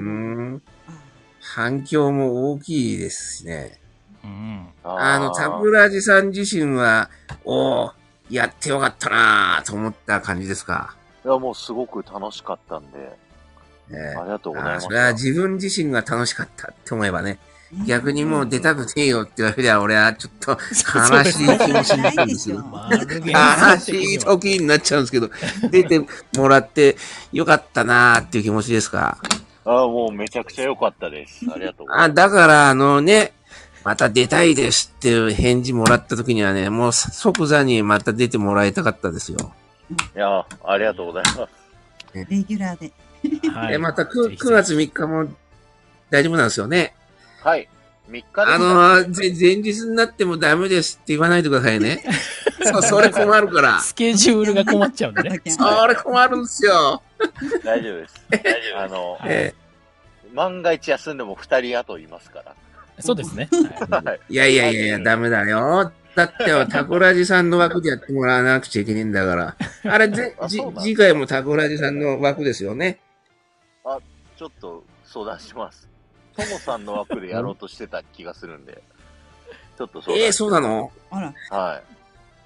反響も大きいですしね。 うん、 あの、タクラジさん自身は、おー、やってよかったなーと思った感じですか？ いや、もうすごく楽しかったんで、 えー、ありがとうございます。 それは自分自身が楽しかったって思えばね、逆にもう出たくねえよって言われりゃ、俺はちょっと悲しい気持ちになるんですよ。悲しい時になっちゃうんですけど、出てもらってよかったなーっていう気持ちですか。 ああ、もうめちゃくちゃ良かったです。ありがとうございます。 あ、だからあのね、また出たいですっていう返事もらった時にはね、もう即座にまた出てもらいたかったですよ。 いや、ありがとうございます。 レギュラーで。 はい、また 9, 9月みっかも大丈夫なんですよね。 はい。みっかであのー、前日になってもダメですって言わないでくださいね。そう、それ困るから。 スケジュールが困っちゃうんでね。 それ困るんですよ。 大丈夫です。大丈夫。あの、えー、万が一休んでもふたり後いますから。 そうですね。 はい、いやいやいやいや、ダメだよ。だってよ、タコラジさんの枠でやってもらわなくちゃいけないんだから。あれ、ぜじ次回もタコラジさんの枠ですよね。 あ、ちょっと相談します。トモさんの枠でやろうとしてた気がするんで。ちょっと相談。 えー、そうなの？ あら。 はい。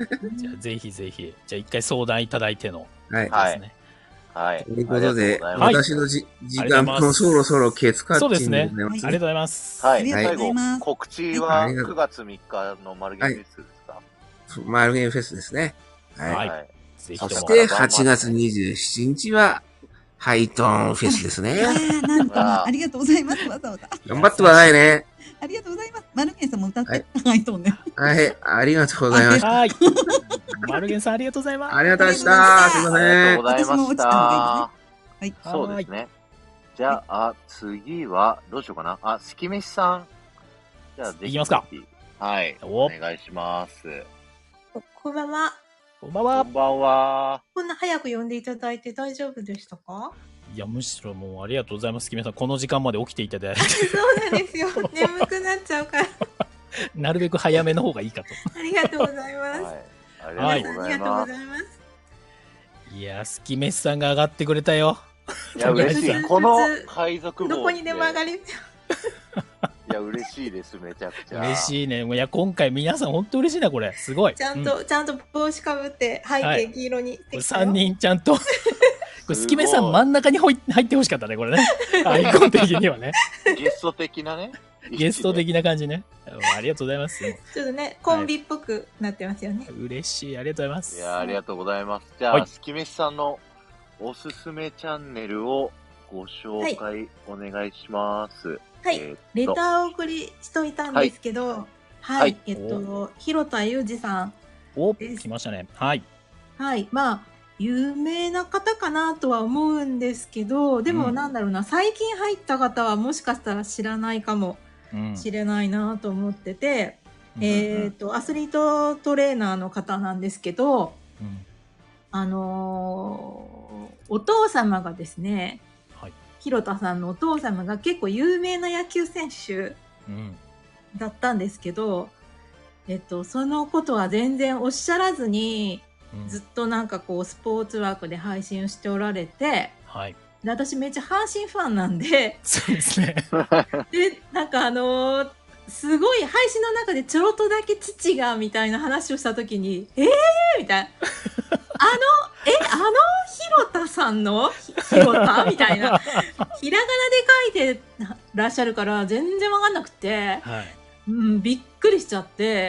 じゃあ、ぜひぜひ。じゃあ、一回相談いただいての。 はい。 ですね。 はい。 ということで、私のじ、時間もそろそろケツカッチンそうですね。ありがとうございます。 はい。最後、告知はくがつみっかのマルゲンフェスですか？ マルゲンフェスですね。 はい。 そして、はちがつにじゅうしちにちは、ハイトーンフェスですね。 なんとも、ありがとうございます。わざわざ。 頑張ってくださいね。 ありがとうございます。マルゲンさんも歌って。ハイトーンね。 はい。ありがとうございました。 はい。マルゲンさんありがとうございます。 ありがとうございました。すいません。 ありがとうございました。 私も落ちた方がいいね。はい。そうですね。じゃあ、次は、どうしようかな。あ、スキメシさん。じゃあ、ぜひ。 いきますか。 はい。お願いします。 こんばんは。 こんばんは。 こんばんは。 こんな早く呼んでいただいて大丈夫でしたか？ いや、むしろもうありがとうございます。キメさん、この時間まで起きていただいて。 そうなんですよ。眠くなっちゃうから。 なるべく早めの方がいいかと。 ありがとうございます。 はい。ありがとうございます。 ありがとうございます。 いや、スキメシさんが上がってくれたよ。 いや、嬉しい。この海賊どこにでも上がれる。 いや、嬉しいです、めちゃくちゃ。 嬉しいね。いや、今回皆さん本当嬉しいな、これ。すごい。 ちゃんと、うん、ちゃんと帽子かぶって、背景黄色に。 さんにんちゃんと。これ、スキメさん真ん中に入ってほしかったね、これね。アイコン的にはね。 ゲスト的なね。 ゲスト的な感じね。ありがとうございます。 ちょっとね、コンビっぽくなってますよね。 はい、嬉しい。ありがとうございます。 いや、ありがとうございます。じゃあ、はい、スキメさんのおすすめチャンネルをご紹介お願いします。 はい、えー、レターを送りしといたんですけど、はい、はいはい、えっと、広田裕二さんお、来ましたね。はい。 はい、まあ、有名な方かなとは思うんですけど、でもなんだろうな、うん、最近入った方はもしかしたら知らないかもしれないなと思ってて、うん、えっと、アスリートトレーナーの方なんですけど、うん、あのー、お父様がですね、広田さんのお父様が結構有名な野球選手だったんですけど、うん、えっと、そのことは全然おっしゃらずに、うん、ずっとなんかこうスポーツ枠で配信をしておられて、はい、で私めっちゃ阪神ファンなんで、 そうですね。 で、なんかあのー、すごい配信の中でちょろっとだけ父がみたいな話をしたときに、えーみたいな。あの、え、あの広田さんの広田みたいな。ひらがなで書いてらっしゃるから全然わかんなくて、はい、うん、びっくりしちゃって、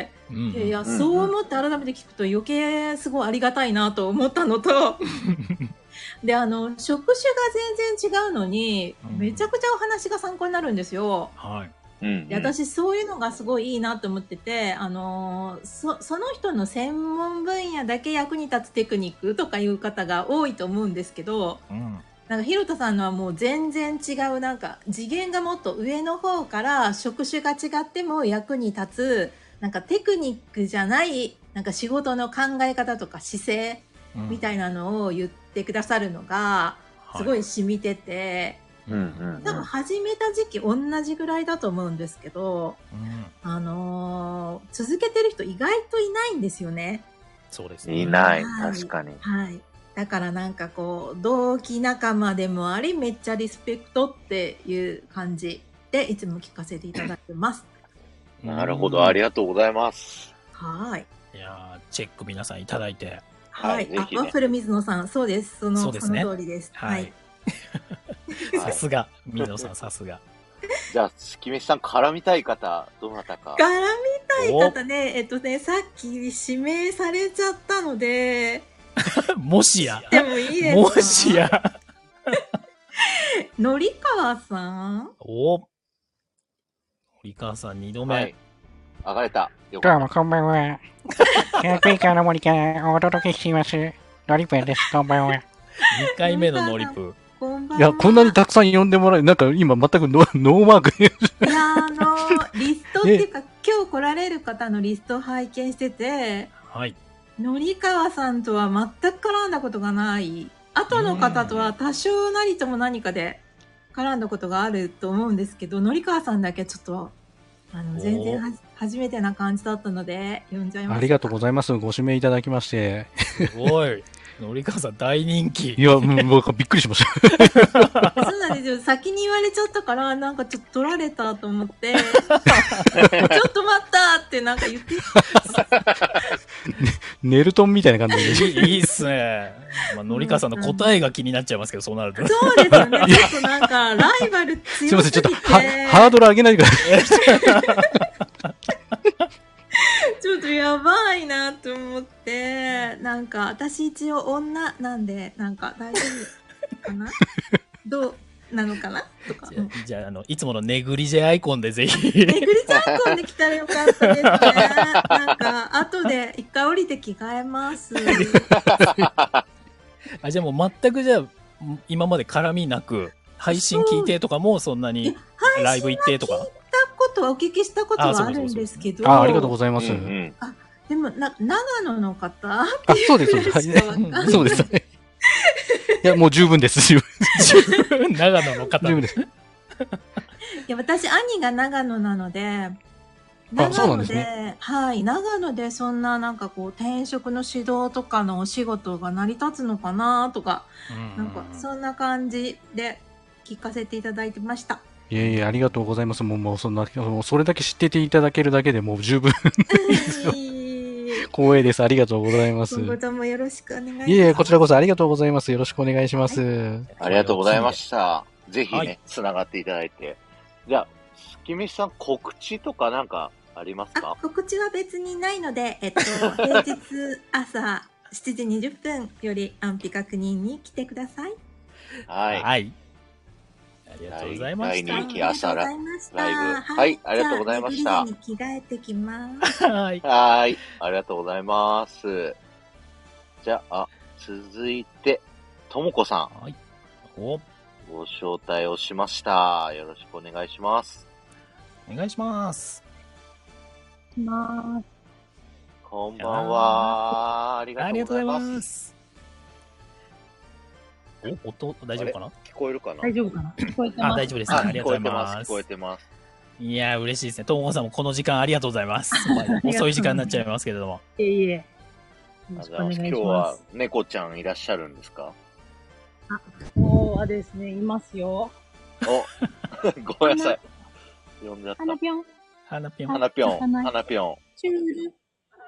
うん、いや、そう思って改めて聞くと余計すごいありがたいなと思ったのと、で、あの、職種が全然違うのに、うん、めちゃくちゃお話が参考になるんですよ。はい。で私そういうのがすごいいいなと思ってて、あのー、そ, その人の専門分野だけ役に立つテクニックとかいう方が多いと思うんですけど、うん、なんか広田さんのはもう全然違う、なんか次元がもっと上の方から職種が違っても役に立つ、なんかテクニックじゃないなんか仕事の考え方とか姿勢みたいなのを言ってくださるのがすごい染みてて、うんうんうん、多分始めた時期同じぐらいだと思うんですけど、うん、あのー、続けてる人意外といないんですよね。 そうですね。 いない、はい、確かに。 はい。だからなんかこう、同期仲間でもあり、めっちゃリスペクトっていう感じで、いつも聞かせていただいてます。 なるほど、ありがとうございます。 はい。 いやー、チェック皆さんいただいて。 はい。はい、あ、ね、ワッフル水野さん、そうです。その、そうですね、その通りです。はい。はいさすが。ミノさん、さすが。 じゃあ、月飯さん絡みたい方、どなたか。 絡みたい方ね、えっとね、さっき指名されちゃったので、 もしや。 でもいいですか？ もしや。 のりかわさん？ おのりかわさんにどめ。はい、 上がれた。 どうもこんばんは。ひゃくえんからの森からお届けしています。のりぷーです。こんばんは。 にかいめののりぷー。 いや、こんなにたくさん呼んでもらえ、なんか今全くノノーマークいや、あの、リストっていうか、今日来られる方のリストを拝見してて、 はい。 のりかわさんとは全く絡んだことがない。後の方とは多少なりとも何かで絡んだことがあると思うんですけど、のりかわさんだけちょっと、あの、全然は初めてな感じだったので、呼んじゃいました。 ありがとうございます。ご指名いただきまして。 すごい。のりかわさん大人気。 いや、もう僕びっくりしました。 そうなんですよ。先に言われちゃったから、なんかちょっと取られたと思って、ちょっと待ったってなんか言って。 ネルトンみたいな感じで。 いいっすね。まあ、のりかわさんの答えが気になっちゃいますけど、そうなると。 そうですよね。ちょっとなんか、ライバル強すぎて。すいません、ちょっとハ、ハードル上げないでください。 ちょっとやばいなと思って、なんか私一応女なんで、なんか大丈夫かなどうなのかなとか。 じゃあ、じゃあ、あの、いつものネグリジェアイコンでぜひ。 ネグリジェアイコンで来たらよかったですね。なんか、後で一回降りて着替えます。 あ、じゃあもう全くじゃあ、今まで絡みなく、配信聞いてとかもそんなに、ライブ行ってとか。 ことはお聞きしたことはあるんですけど、 あ、ありがとうございます。 あ、でもな長野の方あ、そうですそうです。そうです。いや、もう十分です。十分。長野の方。 十分です。いや、私兄が長野なので、長野で、ね、はい、長野でそんななんかこう転職の指導とかのお仕事が成り立つのかなとか、なんかそんな感じで聞かせていただいてました。 いえいえ、ありがとうございます。もう、もうそんな、それだけ知ってていただけるだけでもう十分光栄です。ありがとうございます。 今後ともよろしくお願いします。 いえいえ、こちらこそありがとうございます。よろしくお願いします。はい、 ありがとうございました。ぜひね、つな、はい、がっていただいて。じゃあ、月飯さん、告知とかなんかありますか？ 告知は別にないので、えっと、平日朝しちじにじゅっぷんより安否確認に来てください。 はい。 はい。ありがとうございました。 大人気朝ライブ。はい、ありがとうございました。 に着替えてきます。 はい。 はい。ありがとうございます。じゃあ、続いて、ともこさん。 はい。おご招待をしました。よろしくお願いします。 お願いします。 まーす。 こんばんは。ありがとうございます。 ますお、音、大丈夫かな？ 聞こえるかな？ 大丈夫かな？聞こえてます。 あ、大丈夫です、ね。ありがとうございます。 聞こえてます。 いやー、嬉しいですね。ともこさんもこの時間ありがとうございます。遅い時間になっちゃいますけれども。 いえいえ。よろしくお願いします。 今日は猫ちゃんいらっしゃるんですか？ あ、今日はですね、いますよ。 お、ごめんなさい。呼んじゃった。 花ぴょん。 花ぴょん。 花ぴょん。花ぴょん。 チュール。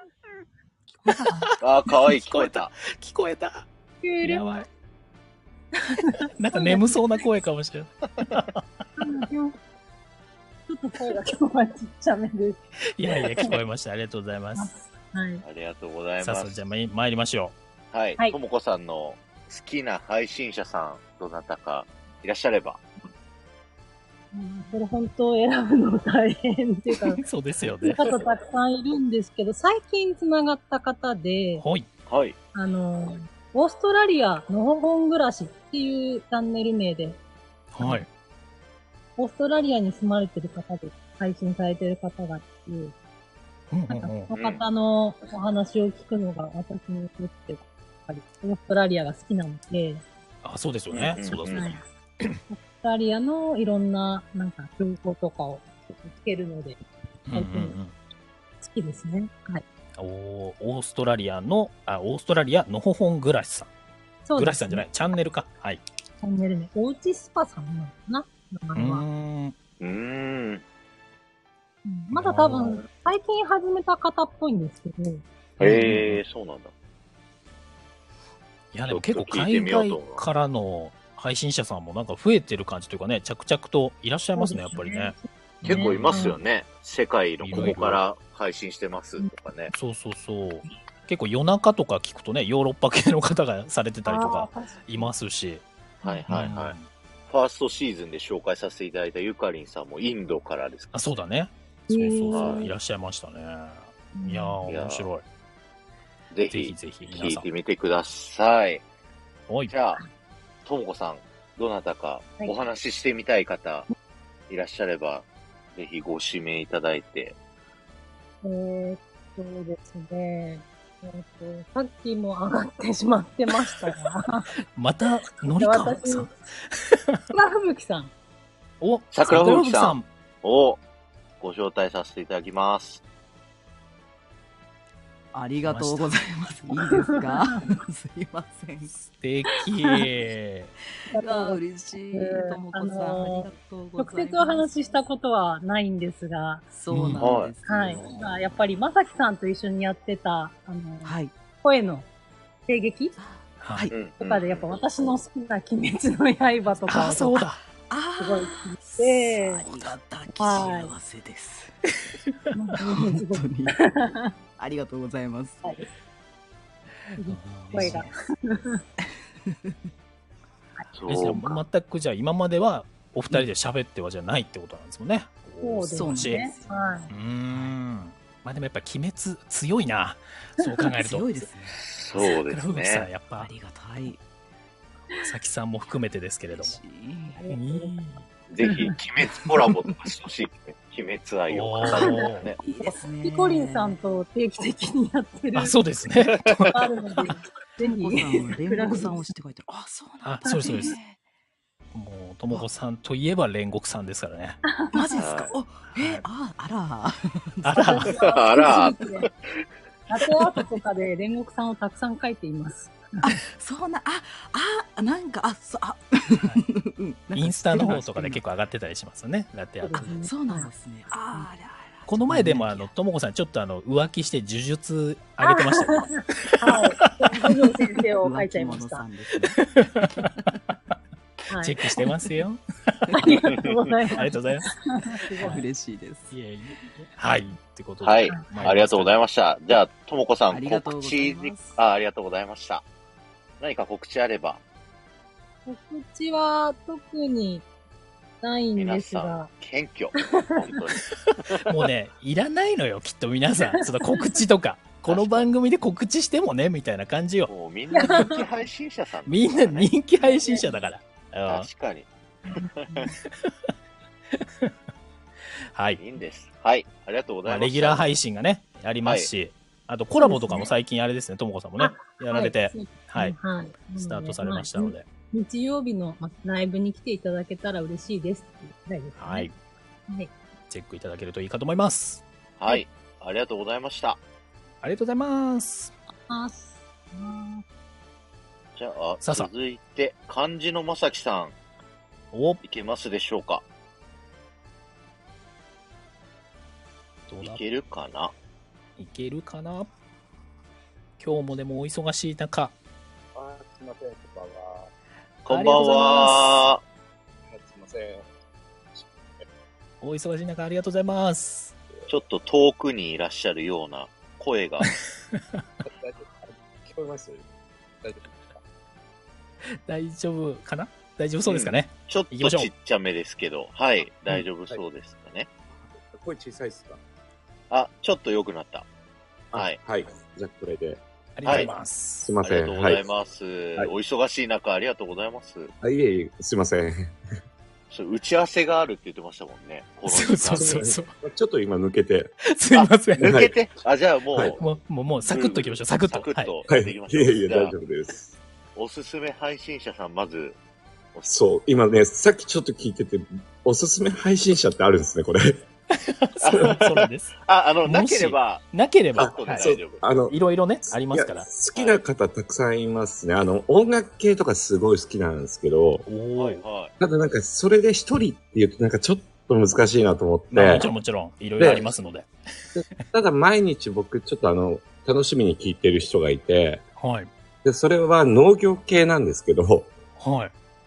あ、かわいい、聞こえた。 聞こえた。 チュール。 やばい。なんか眠そうな声かもしれない。 花ぴょん。ちょっと声が今日はちっちゃめです。 いやいや、聞こえました。ありがとうございます。 はい。 ありがとうございます。 さあ、さあじゃあ参りましょう。はい。ともこさんの好きな配信者さん、どなたかいらっしゃれば。 これ本当選ぶの大変っていうか、 そうですよね。 方たくさんいるんですけど、最近繋がった方で、 はい。 はい。 あの、オーストラリアのほほん暮らしっていうチャンネル名で、 はい。 オーストラリアに住まれてる方で配信されてる方がいて、なんかその方のお話を聞くのが私にとってやっぱりオーストラリアが好きなので、 あ、そうですよね。そうだそうだ。 オーストラリアのいろんななんか情報とかをつけるので、最近好きですね。はい。 おオーストラリアの、あ、オーストラリアのほほん暮らしさん。そうですね。暮らしさんじゃない、チャンネルか。はい。 チャンネルね。おうちスパさんなのかな、名前は。 うーん。 まだ多分、最近始めた方っぽいんですけど。 へえー、そうなんだ。 いや、でも結構海外からの配信者さんもなんか増えてる感じというかね、着々といらっしゃいますね、やっぱりね。 結構いますよね。世界のここから配信してますとかね。 そうそうそう。結構夜中とか聞くとね、ヨーロッパ系の方がされてたりとかいますし。 はいはいはい。ファーストシーズンで紹介させていただいたゆかりんさんもインドからですか。 あ、そうだね。そうそうそう。いらっしゃいましたね。いやー、面白い。 ぜひ、ぜひ聞いてみてください。じゃあ、ともこさん、どなたかお話ししてみたい方いらっしゃれば、ぜひご指名いただいて。 えーっとですね、えーっと、さっきも上がってしまってましたが。 また、のりかわさん。 桜吹雪さん。 お、 桜吹雪さんをご招待させていただきます。 ありがとうございます。いいですかすいません。 素敵。 わあ、嬉しい。ともこさん、ありがとうございます。 直接お話ししたことはないんですが。 そうなんです、 はい。まあ、やっぱり、まさきさんと一緒にやってた、あの、 はい、 声の声劇はい。 とかで、やっぱ私の好きな鬼滅の刃とか。 あ、そうだ。 すごい聞いて。 ありがたき幸せです。本当に。ありがとうございます。はい、 声が。 全くじゃあ今まではお二人で喋ってはじゃないってことなんですもんね。 そうですね。はい。 うん。まあでもやっぱ鬼滅強いな。そう考えると。 強いですね。 そうですね。 さんやっぱありがたい。 さきさんも含めてですけれども。 ぜひ、鬼滅コラボとかしてほしいですね。鬼滅愛を語るね。 いいですね。ピコリンさんと定期的にやってる。 あ、そうですね。 あるので、ぜひ。 煉獄さんをして書いてる。あ、そうなんだ。 あ、そうです、そうです。もう、ともこさんといえば煉獄さんですからね。 マジですか。お、え、あ、あら。 あら。 あら。 ラテアートとかで煉獄さんをたくさん書いています。 あ、そうな、あ、あ、なんか、あ、そう、あ、 インスタの方とかで結構上がってたりしますよね、ラテアート。 そうなんですね。あら。 この前でも、あの、ともこさん、ちょっとあの、浮気して呪術上げてましたよね。 はい。五条先生を書いちゃいました。 チェックしてますよ。 ありがとうございます。 ありがとうございます。 嬉しいです。 いえいえ。はい。ってことで。 はい。ありがとうございました。じゃあ、ともこさん、告知、あ、ありがとうございました。何か告知あれば。 告知は特にないんですが。 謙虚。本当に。もうね、いらないのよ、きっと皆さん。その告知とか。この番組で告知してもね、みたいな感じよ。 もうみんな人気配信者さん、 ね。みんな人気配信者だから。 確かに。 はい。 いいんです。はい。ありがとうございます。 レギュラー配信がね、ありますし、はい、あとコラボとかも最近あれですね、ともこさんもね、やられて、はい、はい。スタートされましたので。 日曜日のライブに来ていただけたら嬉しいですっていうぐらいですね。 はい。 はい。 チェックいただけるといいかと思います。 はい。ありがとうございました。 ありがとうございます。 じゃあ、ささ続いて、漢字のまさきさん。 おいけますでしょうか。 どうだいけるかないけるかな今日もでもお忙しい中。 あ、すいません、こんばんは。 こんばんは。 はい、すいません。 お忙しい中ありがとうございます。 ちょっと遠くにいらっしゃるような声が。 大丈夫、聞こえます？大丈夫ですか？ 大丈夫かな大丈夫そうですかね、 うん、ちょっとちっちゃめですけど、はい、大丈夫そうですかね。 うん、声小さいですか？ あ、ちょっと良くなった。はい。 はい。じゃあ、これで。 ありがとうございます。 はい、すいません。 ありがとうございます。はい、お忙しい中、ありがとうございます。 あ、いえいえ、すいません。 打ち合わせがあるって言ってましたもんね。 そうそうそうそう。 ちょっと今抜けて。 すいません。 抜けて、あ、じゃあもう、はい、 もう、もう、サクッといきましょう。サクッと。 サクッと。 はい。 できましょう。 いえいえ、大丈夫です。 おすすめ配信者さん、まず。 そう、今ね、さっきちょっと聞いてて、おすすめ配信者ってあるんですね、これ。 そうそうなんです。 あ、あの、なければ。 なければ、 大丈夫。 あの、 いろいろね、ありますから。 好きな方たくさんいますね。あの、音楽系とかすごい好きなんですけど、 はいはい。 ただなんか、それで一人って言うとなんかちょっと難しいなと思って。 まあ、もちろんもちろん、いろいろありますので。 でただ毎日僕ちょっとあの、楽しみに聞いてる人がいて、 はい。 で、それは農業系なんですけど、 はい。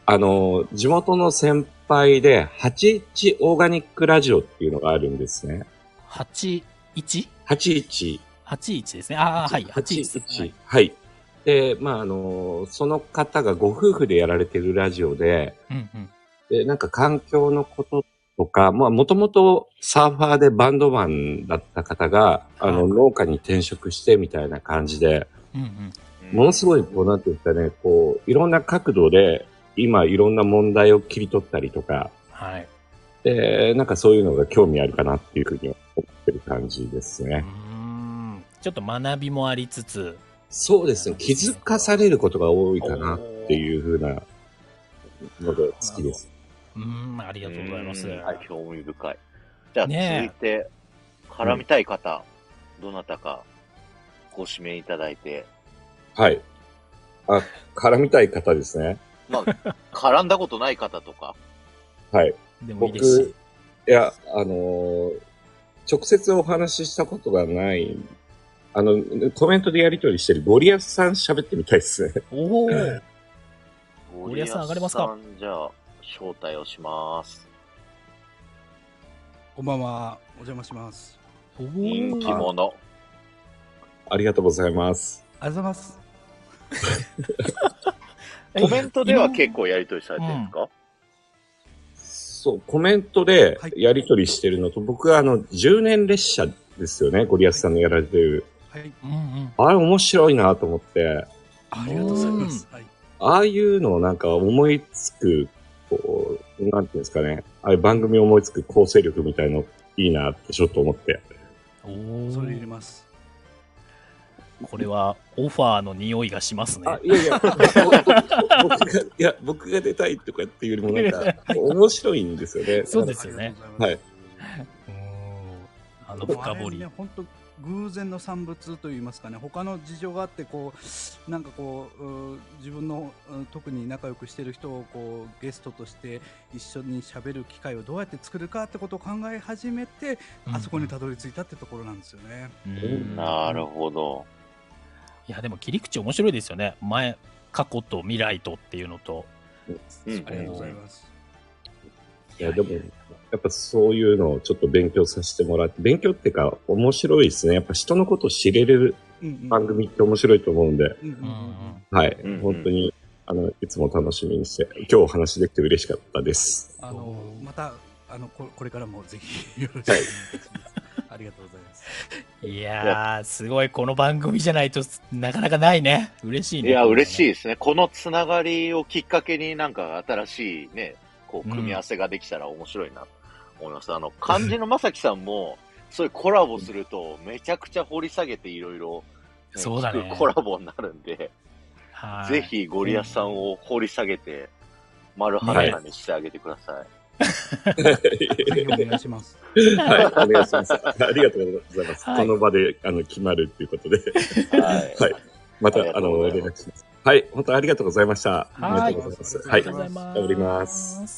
あの、地元の先輩で、はちいちオーガニックラジオっていうのがあるんですね。 はちいち? はちいち。 はちいちですね。ああ、はい。はちいち。 はい。はい。で、まあ、あの、その方がご夫婦でやられてるラジオで、 うんうん、 で、なんか環境のこととか、まあ、もともとサーファーでバンドマンだった方が、あの、農家に転職してみたいな感じで、 うんうん、 ものすごい、こう、なんていうんですかね、こう、いろんな角度で、今、いろんな問題を切り取ったりとか、 はい。 で、なんかそういうのが興味あるかなっていうふうに思ってる感じですね。 うん。ちょっと学びもありつつ。 そうですね。気づかされることが多いかなっていうふうなので好きです。 うん、ありがとうございます。 はい、興味深い。じゃあ、続いて、絡みたい方、うん、どなたかご指名いただいて。 はい。あ、絡みたい方ですね。 まあ、絡んだことない方とか。 はい。 でもいいですし。 僕、いや、あのー、直接お話ししたことがない、あの、コメントでやり取りしてるゴリアスさん喋ってみたいですね。 おお。ゴリアスさん上がれますか？ じゃあ、招待をします。 こんばんは。お邪魔します。 人気者。 ありがとうございます。 ありがとうございます。 コメントでは結構やり取りされてるんですか？うん、 そう、コメントでやり取りしてるのと、はい、僕はあの、じゅうねん列車ですよね、ゴリアスさんのやられてる。 はい。 あれ面白いなと思って。 ありがとうございます。はい、 ああいうのをなんか思いつく、こう、なんていうんですかね、ああいう番組思いつく構成力みたいのいいなってちょっと思って。 おー。それ入れます。 これはオファーの匂いがしますね。 あ、いやいや、僕が、いや、僕が出たいとかっていうよりもなんか、面白いんですよね。 そうですよね。 はい。 あの深掘り。 ね、本当偶然の産物といいますかね、他の事情があって、こう、なんかこう、う自分の特に仲良くしてる人をこうゲストとして一緒に喋る機会をどうやって作るかってことを考え始めて、うん、あそこにたどり着いたってところなんですよね。 うん、なるほど。 いやでも切り口面白いですよね。前、過去と未来とっていうのと。 うん、ありがとうございます。 いやでもやっぱそういうのをちょっと勉強させてもらって、勉強っていうか面白いですね。やっぱ人のことを知れる番組って面白いと思うんで、はい、うんうん、本当にあのいつも楽しみにして今日お話できて嬉しかったです。 あのまたあの こ, これからもぜひよろしくお願いします。ありがとうございます。 いやー、すごい、この番組じゃないとなかなかないね。嬉しいね。 いや、嬉しいですね。このつながりをきっかけになんか新しいね、こう、組み合わせができたら面白いなと思います。うん、あの、漢字のまさきさんも、そういうコラボすると、めちゃくちゃ掘り下げていろいろ、 そうだね。 コラボになるんで、ぜひゴリアスさんを掘り下げて、丸裸にしてあげてください。 ぜひお願いします。 はい、お願いします。ありがとうございます。はい、この場であの決まるっていうことで、はい、はい、またあの連絡します。はい、本当ありがとうございました。 ありがとうございます。はい、頑張ります。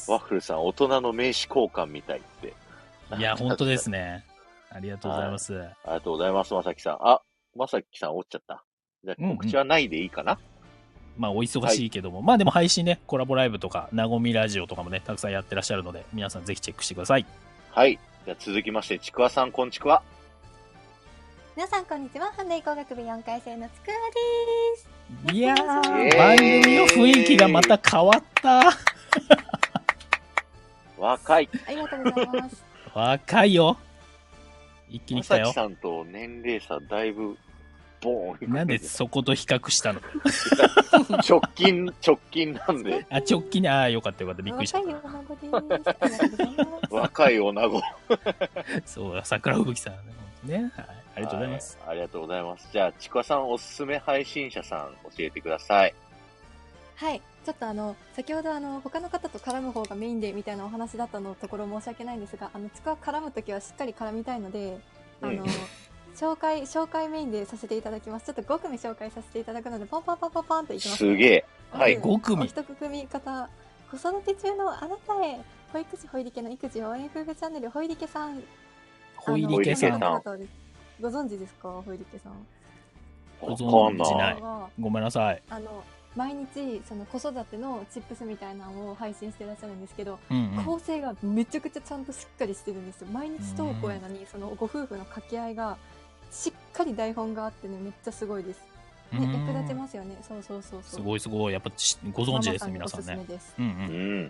ワッフルさん、大人の名刺交換みたいって。 いや、本当ですね。ありがとうございます。 ありがとうございます、まさきさん。あ、まさきさん落ちちゃった。じゃあ告知はないでいいかな。うんうん、 まあお忙しいけども、はい、まあでも配信ね、コラボライブとか、なごみラジオとかもね、たくさんやってらっしゃるので、皆さんぜひチェックしてください。 はい。じゃあ続きまして、ちくわさん、こんちくわ。 皆さん、こんにちは。阪大工学部よんかい生のちくわです。 いやー、番組の雰囲気がまた変わった。 若い。 ありがとうございます。 若いよ。一気に来たよ。 まさきさんと年齢差だいぶ、ボーン。 なんでそこと比較したの？ 直近、直近なんで。 あ、直近ね。ああ、よかったよかった。びっくりした。 若い女子です。 若い女子。 そう、桜吹雪さんね。はい。ありがとうございます。 ありがとうございます。じゃあ、ちくわさんおすすめ配信者さん教えてください。 はい。ちょっとあの、先ほどあの、他の方と絡む方がメインでみたいなお話だったのところ申し訳ないんですが、あの、ちくわ絡むときはしっかり絡みたいので、あの、うん紹介、紹介メインでさせていただきます。ちょっとご組紹介させていただくので、ポンポンポンポンポンといきます、 ね。すげえ。はい、 ご組。 お一組方、子育て中のあなたへ、保育士ほいりけの育児応援夫婦チャンネル、ほいりけさん。 ほいりけさん。 ご存知ですか、ほいりけさん。 ご存知ない。ごめんなさい。 あの、 毎日その子育てのチップスみたいなのを配信してらっしゃるんですけど、 うんうん、 構成がめちゃくちゃちゃんとしっかりしてるんですよ。毎日投稿やのにそのご夫婦の掛け合いがしっかり台本があってね、めっちゃすごいです。ね、役立ちますよね。そうそうそうそう。 すごいすごい。やっぱご存知です、皆さんね。うんうん。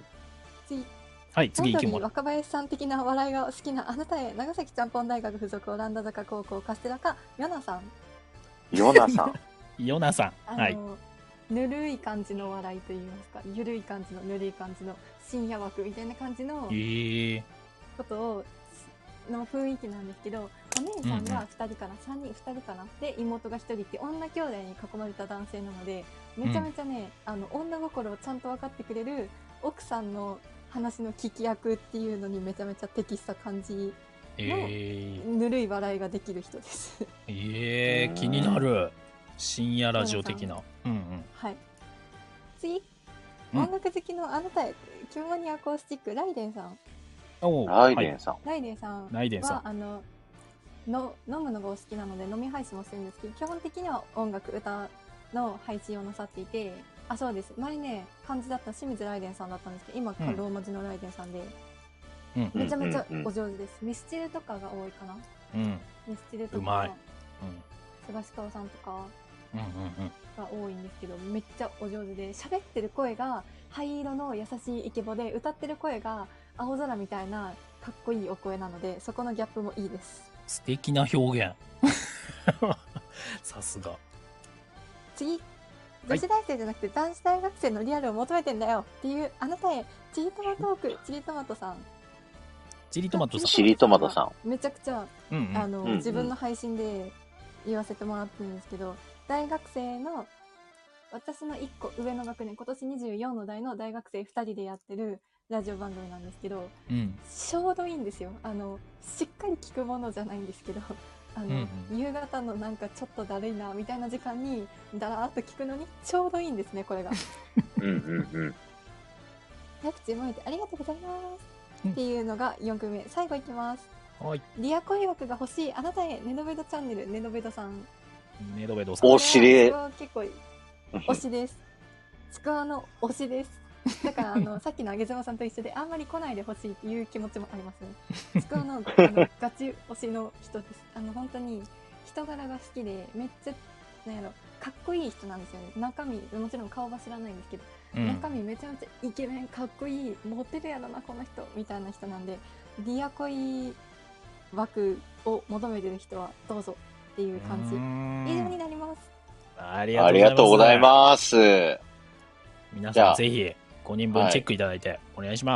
次。 はい、次行きます。 若林さん的な笑いが好きなあなたへ、長崎ちゃんぽん大学附属オランダ坂高校カステラか、ヨナさん。 ヨナさん。 ヨナさん。はい。 ぬるい感じの笑いと言いますか、ゆるい感じのぬるい感じの深夜枠みたいな感じのことを、の雰囲気なんですけど、お姉さんがふたりかな、さんにん、ふたりかなで妹がひとりって女兄弟に囲まれた男性なので、めちゃめちゃね、うん、あの女心をちゃんと分かってくれる奥さんの話の聞き役っていうのにめちゃめちゃ適した感じのぬるい笑いができる人です。 えー、気になる。深夜ラジオ的な。うんうん。 はい。次、うん、音楽好きのあなたへ、キモニアコースティックライデンさん。 おライデンさん。 ライデンさんはライデンさんあのの飲むのがお好きなので飲み配信もするんですけど、基本的には音楽歌の配信をなさっていて、あ、そうです。前ね漢字だった清水ライデンさんだったんですけど、今からローマ字のライデンさんで、うん、めちゃめちゃお上手です。ミスチルとかが多いかな。 うん、 ミスチルとか、 うまい。うん、 菅氏川さんとかうんうんうん、 が多いんですけど、めっちゃお上手で、喋ってる声が灰色の優しいイケボで、歌ってる声が青空みたいなかっこいいお声なので、そこのギャップもいいです。 素敵な表現。さすが。 次、女子大生じゃなくて男子大学生のリアルを求めてんだよっていうあなたへ、チリトマトーク、チリトマトさん。 チリトマトさん。 チリトマトさん。 めちゃくちゃ、うんうん、あの、うんうん、自分の配信で言わせてもらってるんですけど、大学生の私のいっこ上の学年、今年にじゅうよんの代の大学生ふたりでやってるラジオ番組なんですけど、 うん、 ちょうどいいんですよ。あのしっかり聞くものじゃないんですけど、あの、うんうん、夕方のなんかちょっとだるいなみたいな時間にだらーっと聞くのにちょうどいいんですね、これが。 うんうんうん。 早口もえてありがとうございます、うん、っていうのがよん組目。最後いきます。 はい。 リア声枠が欲しいあなたへ、ネドベドチャンネル、ネドベドさん。 ネドベドさん。 推しで。 結構推しです。ちくわの推しです。だからあのさっきのあげずまさんと一緒であんまり来ないでほしいっていう気持ちもありますね。ちくわのあのガチ推しの人です。あの本当に人柄が好きで、めっちゃなんやろかっこいい人なんですよね。中身もちろん顔は知らないんですけど、うん、中身めちゃめちゃイケメン、かっこいい、モテるやろなこの人みたいな人なんで、リア恋枠を求めてる人はどうぞっていう感じ。以上になります。 ありがとうございます。皆さんぜひごにんぶんチェックいただいてお願いします。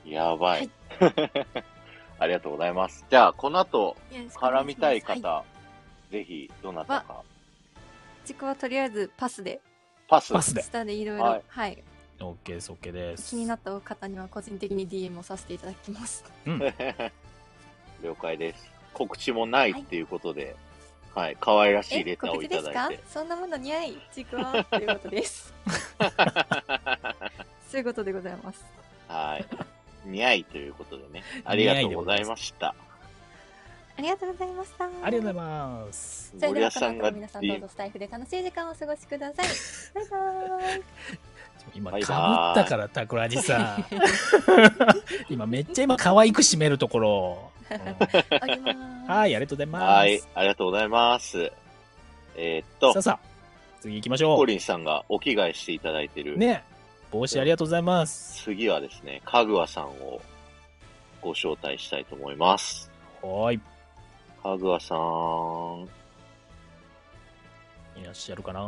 はい、やばい。はい、ありがとうございます。じゃあこの後絡みたい方、はい、ぜひどなたか。 ちくわとりあえずパスで。 パス。 パスで。 下でいろいろはい。 オッケーです、オッケーです。 気になった方には個人的に ディーエム をさせていただきます。 うん、 了解です。告知もないっていうことで。はいはい、可愛らしいレターをいただいて。 告知ですか？そんなもの似合い、ちくわということです。そういうことでございます。 はい。似合いということでね。ありがとうございました。 ありがとうございました。 ありがとうございます。 それではこの後も皆さんどうぞスタイフで楽しい時間をお過ごしください。バイバーイ。 今、かぶったから、タクラジさん。今、めっちゃ今、可愛く締めるところ。うん、はい、ありがとうございます。 はい、ありがとうございます。えー、っと、 さあさあ、次行きましょう。 コリンさんがお着替えしていただいてる。 ね、帽子ありがとうございます。 次はですね、かぐわさんをご招待したいと思います。 はい。 かぐわさん。 いらっしゃるかな？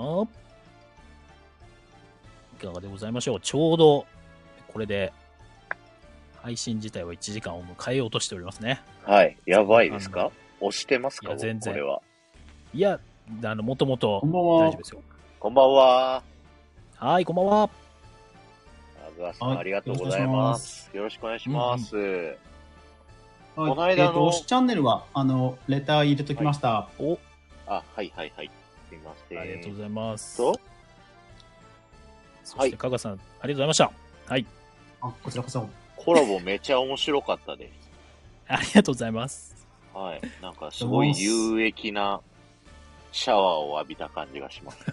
いかがでございましょう。ちょうど、これで、配信自体はいちじかんを迎えようとしておりますね。 はい。やばいですか？押してますか？ いや、全然。 これは。 いや、あの、もともと大丈夫ですよ。 こんばんは。 はい、こんばんは。 かぐわさん、ありがとうございます。よろしくお願いします。うんうん、この間の、えーと、 推しチャンネルは、あの、レター入れときました。 はい、おあ、はいはいはい。すいません。 ありがとうございます。 とそして、かがさん、ありがとうございました。はい。 あ、こちらこそ。 コラボめちゃ面白かったです。 ありがとうございます。 はい。なんかすごい有益なシャワーを浴びた感じがします。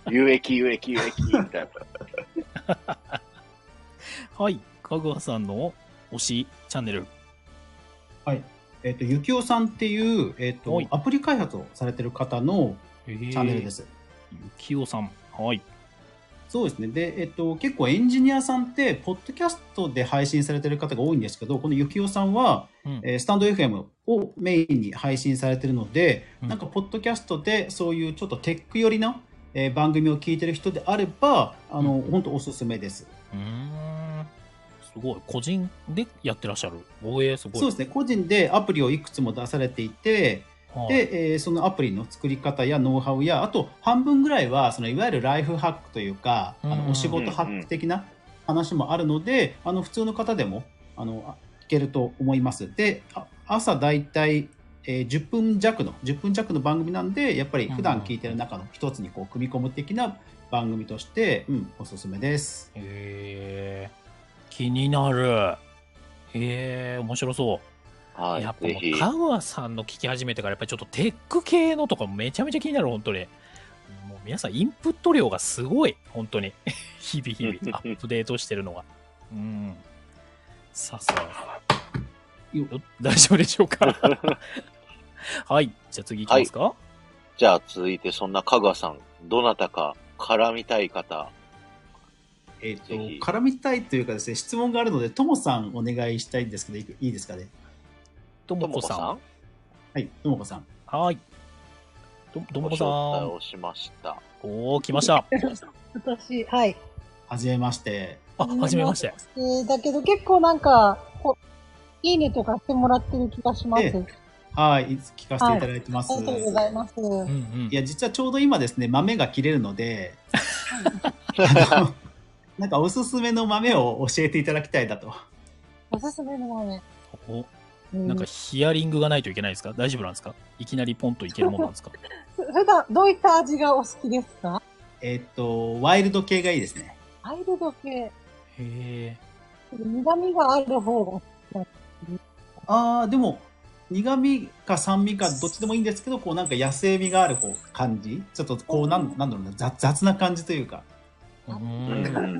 有益、有益、有益、みたいな。 はい。かぐわさんの推しチャンネル。 はい。えっ、と、ゆきおさんっていう、えっ、と、アプリ開発をされてる方のチャンネルです。 ゆきおさん。はい。 そうですね。で、えっと、結構エンジニアさんって、ポッドキャストで配信されてる方が多いんですけど、このゆきおさんは、うん、えー、スタンド エフエム をメインに配信されてるので、うん、なんか、ポッドキャストでそういうちょっとテック寄りの、えー、番組を聞いてる人であれば、あの、うん、本当おすすめです。 うーん。すごい。個人でやってらっしゃる。おえー、すごい。 そうですね。個人でアプリをいくつも出されていて、で、えー、そのアプリの作り方やノウハウや、あと半分ぐらいはそのいわゆるライフハックというか、あのお仕事ハック的な話もあるので、あの普通の方でもあの聞けると思います。で、朝だいたい、えー、じゅっぷん弱のじゅっぷん弱の番組なんで、やっぱり普段聞いてる中の一つにこう組み込む的な番組として、うん、おすすめです。 へー、気になる。へー、面白そう。はい、やっぱもうかぐわさんの聞き始めてからやっぱりちょっとテック系のとかめちゃめちゃ気になる。本当にもう皆さんインプット量がすごい。本当に日々日々アップデートしてるのがうん、さすが大丈夫でしょうかはい、じゃあ次いきますか、はい、 じゃあ続いてそんなかぐわさん、どなたか絡みたい方。 えっと絡みたいというかですね、質問があるのでともさんお願いしたいんですけど、いいですかね。 ともこさん。 はい、ともこさん。 はい。と、ともこさん。 ご招待をしました。 おー、来ました。 私、はい。 はじめまして。 あ、はじめまして。 えー、だけど結構なんか、こいいねとかしてもらってる気がします。えー、 はい、いつ聞かせていただいてます。 はい、ありがとうございます。うんうん、いや、実はちょうど今ですね、豆が切れるので、あのなんかおすすめの豆を教えていただきたいだと。 おすすめの豆。 おなんかヒアリングがないといけないですか？大丈夫なんですか？いきなりポンといけるものなんですか？ 普段どういった味がお好きですか？ えっと、ワイルド系がいいですね。 ワイルド系。へえ。 苦味がある方が好きだ。 ああ、でも、苦味か酸味かどっちでもいいんですけど、こうなんか野生味がある方感じ、ちょっとこうなん、なんだろうな、雑、雑な感じというか。 うん。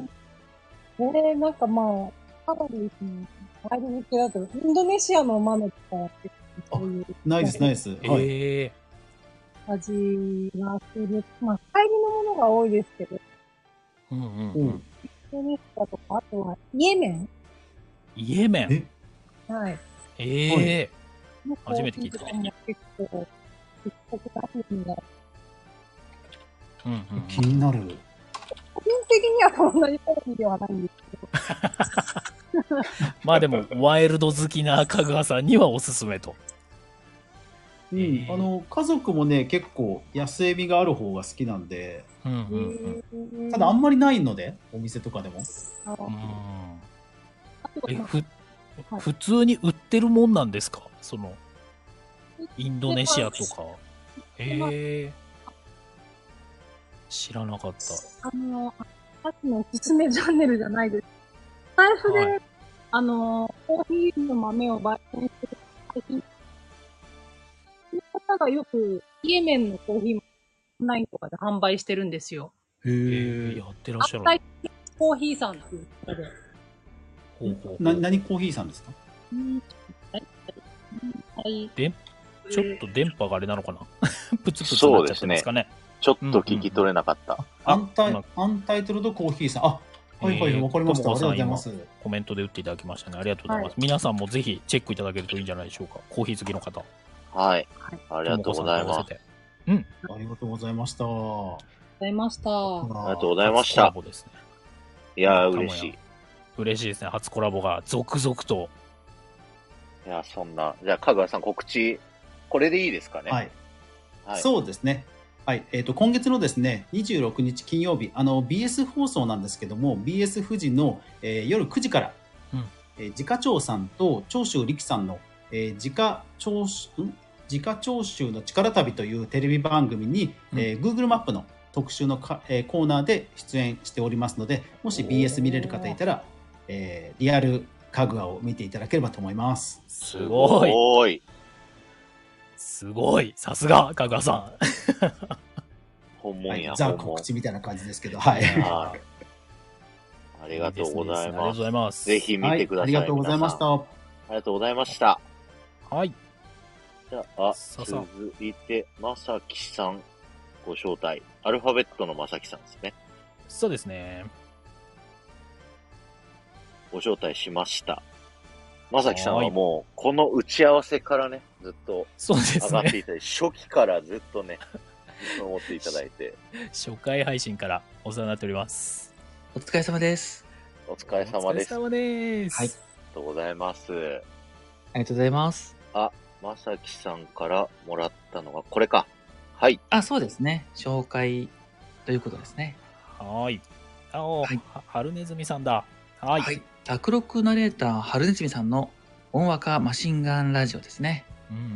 えー、なんかまあ、かなりですね。ワイルド系だと、インドネシアの豆とかってそういう。 ないです、ないです。 はい。えー、味がする。まあ、帰りのものが多いですけど。 うんうんうん。 インドネシアとか、あとは、イエメン。 イエメンえはい。 ええー。初めて聞いた。 結構、結構だしいんだ。 うんうん、 気になる。 個人的にはそんなに好みではないんですけど。 まあでも、ワイルド好きなかぐわさんにはおすすめと。 うん、えー、あの、家族もね、結構野生味がある方が好きなんで、 うんうんうん、ただあんまりないので、お店とかでも。 うん、え、ふ、普通に売ってるもんなんですか？その、インドネシアとか。へえー。知らなかった。 あの、さっきのおすすめチャンネルじゃないです。財布で、はい、あの、コーヒーの豆を焙煎するコーヒー。そういう方がよく、イエメンのコーヒーもオンラインとかで販売してるんですよ。 へえ、やってらっしゃる。 あったコーヒーさんっていう方で。 ほうほうほう。 な、何コーヒーさんですか？ で、ちょっと電波があれなのかなプツプツなっちゃってますかね。 ちょっと聞き取れなかった。 アンタイ、アンタイトルドコーヒーさん。あ、はいはい、わかりました。ありがとうございます。 コメントで打っていただきましたね。ありがとうございます。皆さんもぜひチェックいただけるといいんじゃないでしょうか。コーヒー好きの方。 はい。ありがとうございます。 うん。 ありがとうございました。ありがとうございました。 ありがとうございました。いやー、嬉しい。 嬉しいですね。初コラボが続々と。 いや、そんな。じゃあ、かぐわさん告知、これでいいですかね。 はい。はい、そうですね。はい。えっと、今月のですね、にじゅうろくにち金曜日、あの、ビーエス 放送なんですけども、ビーエス 富士の、えー、夜くじから、うん、えー、自家長さんと長州力さんの、えー、自家長州、ん自家長州の力旅というテレビ番組に、うん、えー、Google マップの特集のか、えー、コーナーで出演しておりますので、もし ビーエス 見れる方いたら、えー、リアルかぐわを見ていただければと思います。 すごい。すごい。さすが、かぐわさん。 本物や、 はい、ザ本物。 告知みたいな感じですけど、はい。 ありがとうございます。ありがとうございます。ぜひ見てください。 はい、ありがとうございました。 ありがとうございました。 はい。 じゃあ、続いて、まさきさんご招待。アルファベットのまさきさんですね。 そうですね。 ご招待しました。まさきさんはもう、この打ち合わせからね、ずっと上がっていたり、初期からずっとね、見守っていただいて。 初回配信からお世話になっております。 お疲れ様です。 お疲れ様です。 お疲れ様です。 はい。ありがとうございます。 ありがとうございます。 あ、まさきさんからもらったのがこれか。はい。 あ、そうですね。紹介ということですね。 はい。あお、はい、はるねずみさんだ。はい。はい。 卓録ナレーター、はるねずみさんの音和歌マシンガンラジオですね。 うんうん。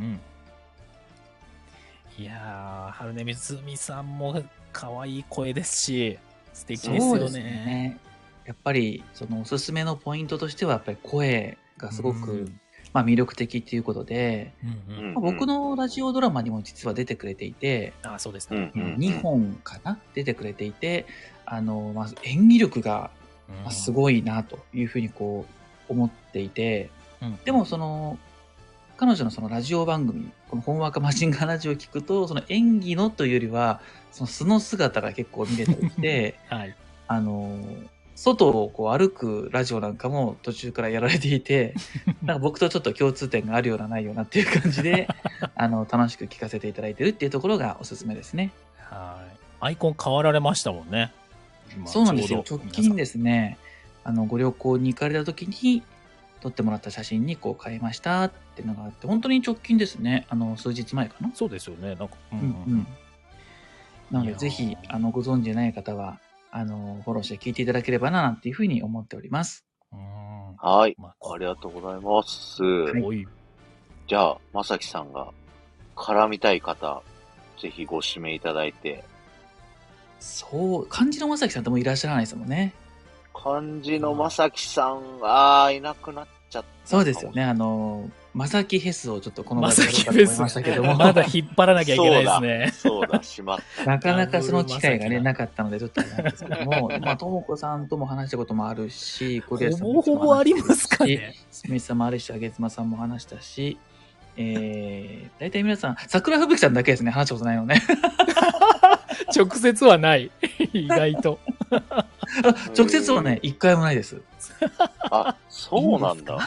いやー、はるねずみさんも可愛い声ですし、素敵ですよね。そうですね。 やっぱり、そのおすすめのポイントとしては、やっぱり声がすごく、うん、まあ魅力的っていうことで、うんうんまあ、僕のラジオドラマにも実は出てくれていて、 あ、そうですね。 にほんかな出てくれていて、あの、まず演技力がすごいなというふうにこう思っていて、うん、でもその、彼女のそのラジオ番組、この本和歌マシンガンラジオを聞くと、その演技のというよりは、その素の姿が結構見れたりして、はい、あの、外をこう歩くラジオなんかも途中からやられていて、なんか僕とちょっと共通点があるようなないようなっていう感じで、あの、楽しく聞かせていただいてるっていうところがおすすめですね。 はい。アイコン変わられましたもんね。 そうなんですよ。直近ですね、あの、ご旅行に行かれた時に撮ってもらった写真にこう変えましたっていうのがあって、本当に直近ですね。あの、数日前かな。 そうですよね。なんか、 うんうんうん。なので、ぜひ、あの、ご存知ない方は、あの、フォローして聞いていただければな、なんていうふうに思っております。 うんはい。ありがとうございます。はい、じゃあ、まさきさんが絡みたい方、ぜひご指名いただいて。 そう、漢字のまさきさんってもういらっしゃらないですもんね。 漢字のまさきさん、あー、いなくなっちゃった。 そうですよね。あの、まさきフェスをちょっとこの場でやろうかと思いましたけども。 まだ引っ張らなきゃいけないですね。 そうだ、しまった。 なかなかその機会がね、なかったのでちょっとあれなんですけども、まあ、ともこさんとも話したこともあるし、 コリアさんもほぼほぼありますかね。 スミスさんもあるし、あげつまさんも話したし、えー、大体皆さん、桜吹雪さんだけですね、話したことないのね。 直接はない。意外と。 直接はね、一回もないです。 あ、そうなんだ。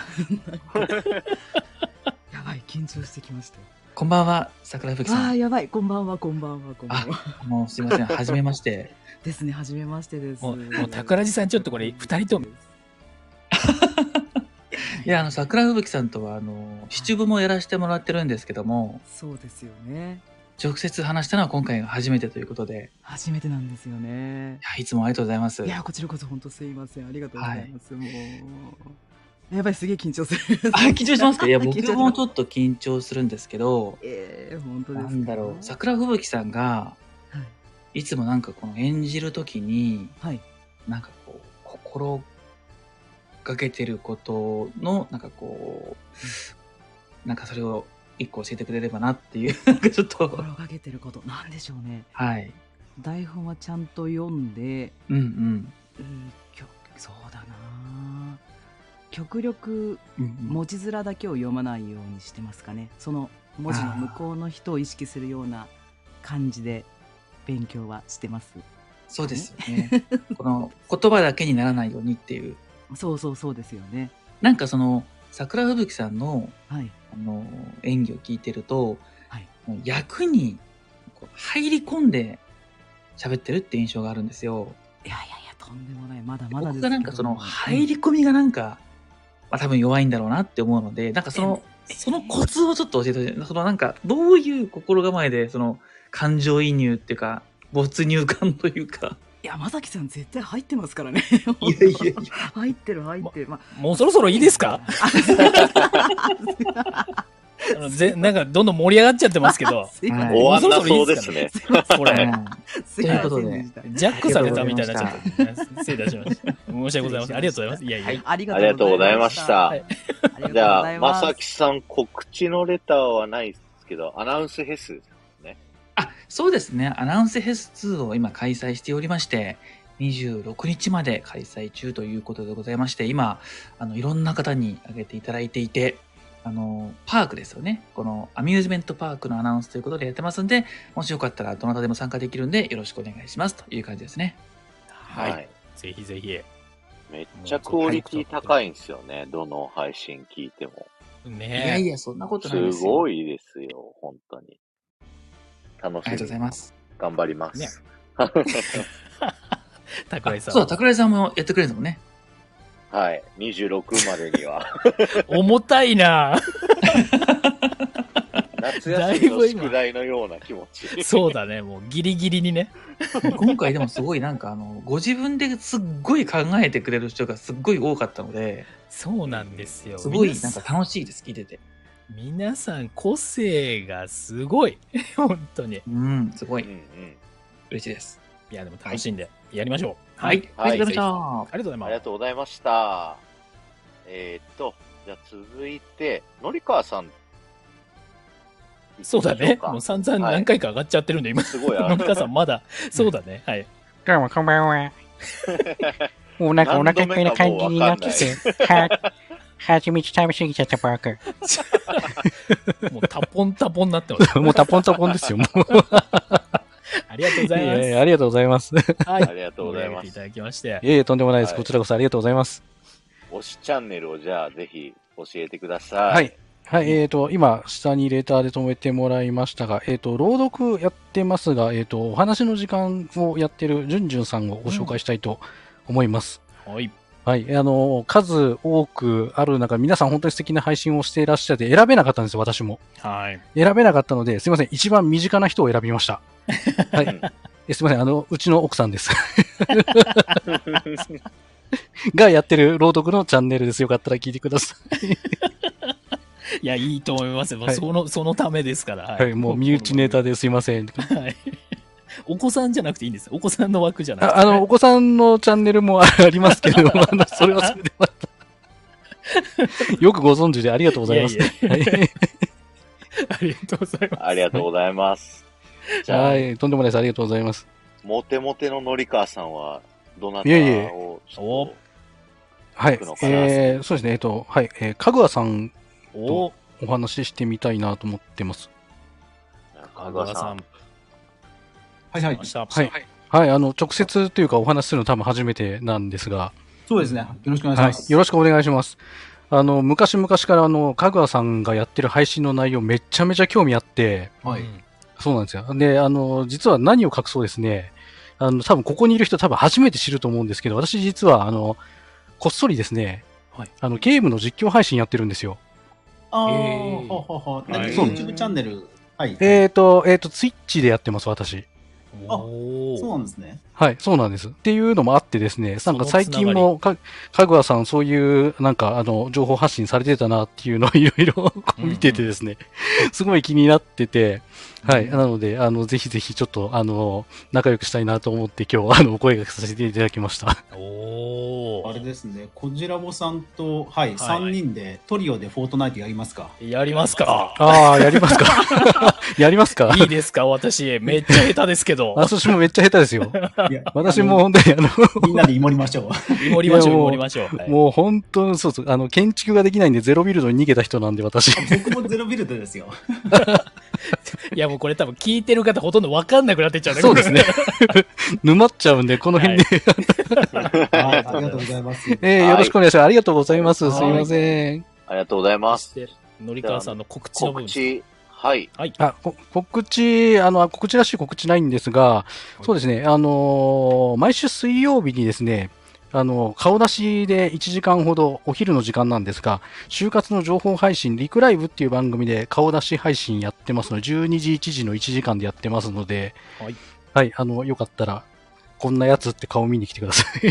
やばい、緊張してきました。 こんばんは、桜吹さん。 ああ、やばい、こんばんは、こんばんは、こんばんは。 もうすいません、はじめまして。 ですね、はじめましてです。 もう、もう桜地さん、ちょっとこれ、二人とも。 いや、あの、桜吹雪さんとは、あの、七部もやらせてもらってるんですけども。 そうですよね。 直接話したのは今回が初めてということで。 初めてなんですよね。 いや、いつもありがとうございます。 いや、こちらこそ本当すいません。ありがとうございます。はい、もう。やばい、すげえ緊張する。 あ、緊張しますか？いや、僕もちょっと緊張するんですけど。 ええー、本当ですか。 なんだろう。桜吹雪さんが、はい、いつもなんかこの演じるときに、はい、なんかこう、心がけてることの、なんかこう、なんかそれを、一個教えてくれればなっていう、なんかちょっと。 心がけてること、なんでしょうね。 はい。 台本はちゃんと読んで、 うんうん。うん、 そうだな極力、文字面だけを読まないようにしてますかね。その文字の向こうの人を意識するような感じで勉強はしてます。 そうですよね。この言葉だけにならないようにっていう。 そうそうそうですよね。 なんかその、桜吹雪さんの、はい、あの演技を聞いてると、はい、役にこう入り込んで喋ってるって印象があるんですよ。 いやいやいや、とんでもない。まだまだですけど。 僕がなんかその入り込みがなんか、まあ、多分弱いんだろうなって思うので、なんかその、そのコツをちょっと教えてほしい。そのなんか、どういう心構えで、その感情移入っていうか、没入感というか。 いや、まさきさん絶対入ってますからね。 いやいやいや。 入ってる入ってる。ま、 もうそろそろいいですか？あのぜなんかどんどん盛り上がっちゃってますけど、 終わんなそうですね。 これ、ということで、ジャックされたみたいになっちゃって、失礼いたしました。申し訳ございません。ありがとうございます。いやいや、 ありがとうございました。じゃあ、まさきさん、告知のレターはないですけど、アナウンスフェスですね。 あ、そうですね。アナウンスフェスツーを今開催しておりまして、にじゅうろくにちまで開催中ということでございまして、今、あの、いろんな方に挙げていただいていて、あの、パークですよね。このアミューズメントパークのアナウンスということでやってますんで、もしよかったらどなたでも参加できるんで、よろしくお願いしますという感じですね。 はい。はい、ぜひぜひ。 めっちゃクオリティ高いんですよね。どの配信聞いても。 ねえ。いやいや、そんなことないですよ。 すごいですよ、本当に。楽しみ。 ありがとうございます。 頑張ります。ね、 桜井さん。 そう、桜井さんもやってくれるのね。 はい。にじゅうろくまでには。 重たいな夏休みの宿題のような気持ち。 そうだね。もうギリギリにね。 今回でもすごいなんかあの、ご自分ですっごい考えてくれる人がすっごい多かったので。 そうなんですよ。 すごいなんか楽しいです、聞いてて。 皆さん個性がすごい。本当に。 うん、すごい。うんうん、嬉しいです。 いや、でも楽しんでやりましょう。 はい。 はい。 ありがとうございました。 ありがとうございます。 ありがとうございました。えー、っと、じゃあ続いて、のりかわさん。 そうだね。もう散々何回か上がっちゃってるんで、今。 すごい。 のりかわさんまだ。そうだね。はい。 どうもこんばんは。もうなんかお腹いっぱいな感じになってて、は、はちみつ食べ過ぎちゃったばっか。 もうタポンタポンになってます。 もうタポンタポンですよ、もう。 ありがとうございます。 えー、ありがとうございます。 はい。 ありがとうございます。 いただきまして。 いえいえ、とんでもないです。こちらこそありがとうございます。 推しチャンネルをじゃあぜひ教えてください。 はい。はい、えっ、ー、と、今、下にレターで止めてもらいましたが、えっ、ー、と、朗読やってますが、えっ、ー、と、お話の時間をやってるじゅんじゅんさんをご紹介したいと思います。 うん、はい。 はい。あの、数多くある中、皆さん本当に素敵な配信をしていらっしゃって選べなかったんですよ、私も。 はい。 選べなかったので、すいません。一番身近な人を選びました。はい。えすみません。あの、うちの奥さんです。がやってる朗読のチャンネルです。よかったら聞いてください。 いや、いいと思いますよ。はい、その、そのためですから。 はい。はい、もう身内ネタですいません。はい。 お子さんじゃなくていいんです。お子さんの枠じゃなくて、 ね。あ, あの、お子さんのチャンネルもありますけれども、あの、それはそれでまた。よくご存知でありがとうございます。いやいやいやはい、 ありがとうございます。 ありがとうございます。 じゃあ、はい、とんでもないです。ありがとうございます。 モテモテののりかわさんは、どなたをちょっとはい、えー、そうですね、えっと、はい、えー、かぐわさんとお話ししてみたいなと思ってます。 かぐわさん。 はいはい。 はい。はい、あの、直接というかお話しするの多分初めてなんですが。 そうですね。よろしくお願いします。 はい、よろしくお願いします。あの、昔々からあの、かぐわさんがやってる配信の内容めちゃめちゃ興味あって、 はい。 そうなんですよ。で、あの、実は何を隠そうですね、あの、多分ここにいる人多分初めて知ると思うんですけど、私実はあの、こっそりですね、はい、あの、ゲームの実況配信やってるんですよ。 ああ、えー、ほほほ。何、はい、YouTube チャンネル。はい。 えっ、ー、と、えっ、ー、と、Twitch でやってます、私。 あ、そうなんですね。 はい、そうなんです。っていうのもあってですね、なんか最近もか、かぐわさんそういう、なんかあの、情報発信されてたなっていうのをいろいろ見ててですね、うんうん、すごい気になってて、はい、うん、なので、あの、ぜひぜひちょっと、あの、仲良くしたいなと思って今日、あの、お声掛けさせていただきました。 おー。あれですね、こじらぼさんと、はい、はい、さんにんでトリオでフォートナイトやりますか？ やりますか。 ああ、やりますか。やりますか。 いいですか、私、めっちゃ下手ですけど。 私もめっちゃ下手ですよ。私も本当にあの、 みんなでイモりましょう。 イモりましょう、イモりましょう。 はい、もう本当、そうそう、あの、建築ができないんでゼロビルドに逃げた人なんで、私。 僕もゼロビルドですよ。 いや、もうこれ多分聞いてる方ほとんど分かんなくなってっちゃうね。 そうですね。沼っちゃうんで、この辺で。 はい、ありがとうございます。 えー、よろしくお願いします。ありがとうございます。すいません。 ありがとうございます。 のりかわさんの告知の部分。 告知。はい。 はい。 あ、告知、あの、告知らしい告知ないんですが、そうですね、あのー、毎週水曜日にですね、あの、顔出しでいちじかんほど、お昼の時間なんですが、就活の情報配信、リクライブっていう番組で顔出し配信やってますので、じゅうにじいちじのいちじかんでやってますので、はい。はい、あの、よかったら、こんなやつって顔見に来てください。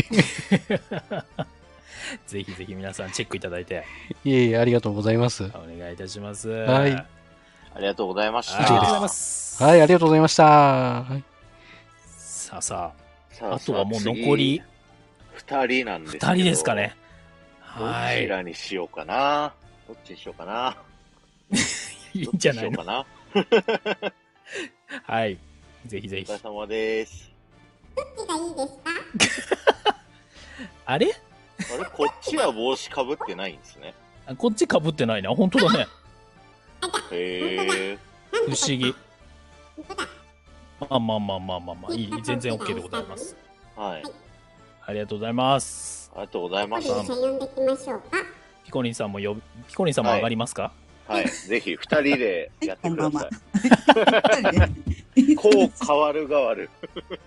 ぜひぜひ皆さんチェックいただいて。 いえいえ、ありがとうございます。 お願いいたします。 はい。 ありがとうございました。 ありがとうございます。 はい、ありがとうございました。はい、 さあさあ、あとはもう残り二人なんですけど。 二人ですかね。 はい。どちらにしようかな。どっちにしようかな。 いいんじゃないの。 どっちにしようかな。 はい。ぜひぜひ。 お疲れ様です。 どっちがいいですか？ あれあれこっちは帽子かぶってないんですね。 あこっちかぶってないな。本当だね。 へえ。 不思議。まあまあまあまあまあまあ、いい。全然 OK でございます。 はい。 ありがとうございます。 ありがとうございます。 ピコリンさん呼んできましょうか。 ピコリンさんも呼び、ピコリンさんも上がりますか？ はい。はい、ぜひ、二人でやってください。こう変わる変わる。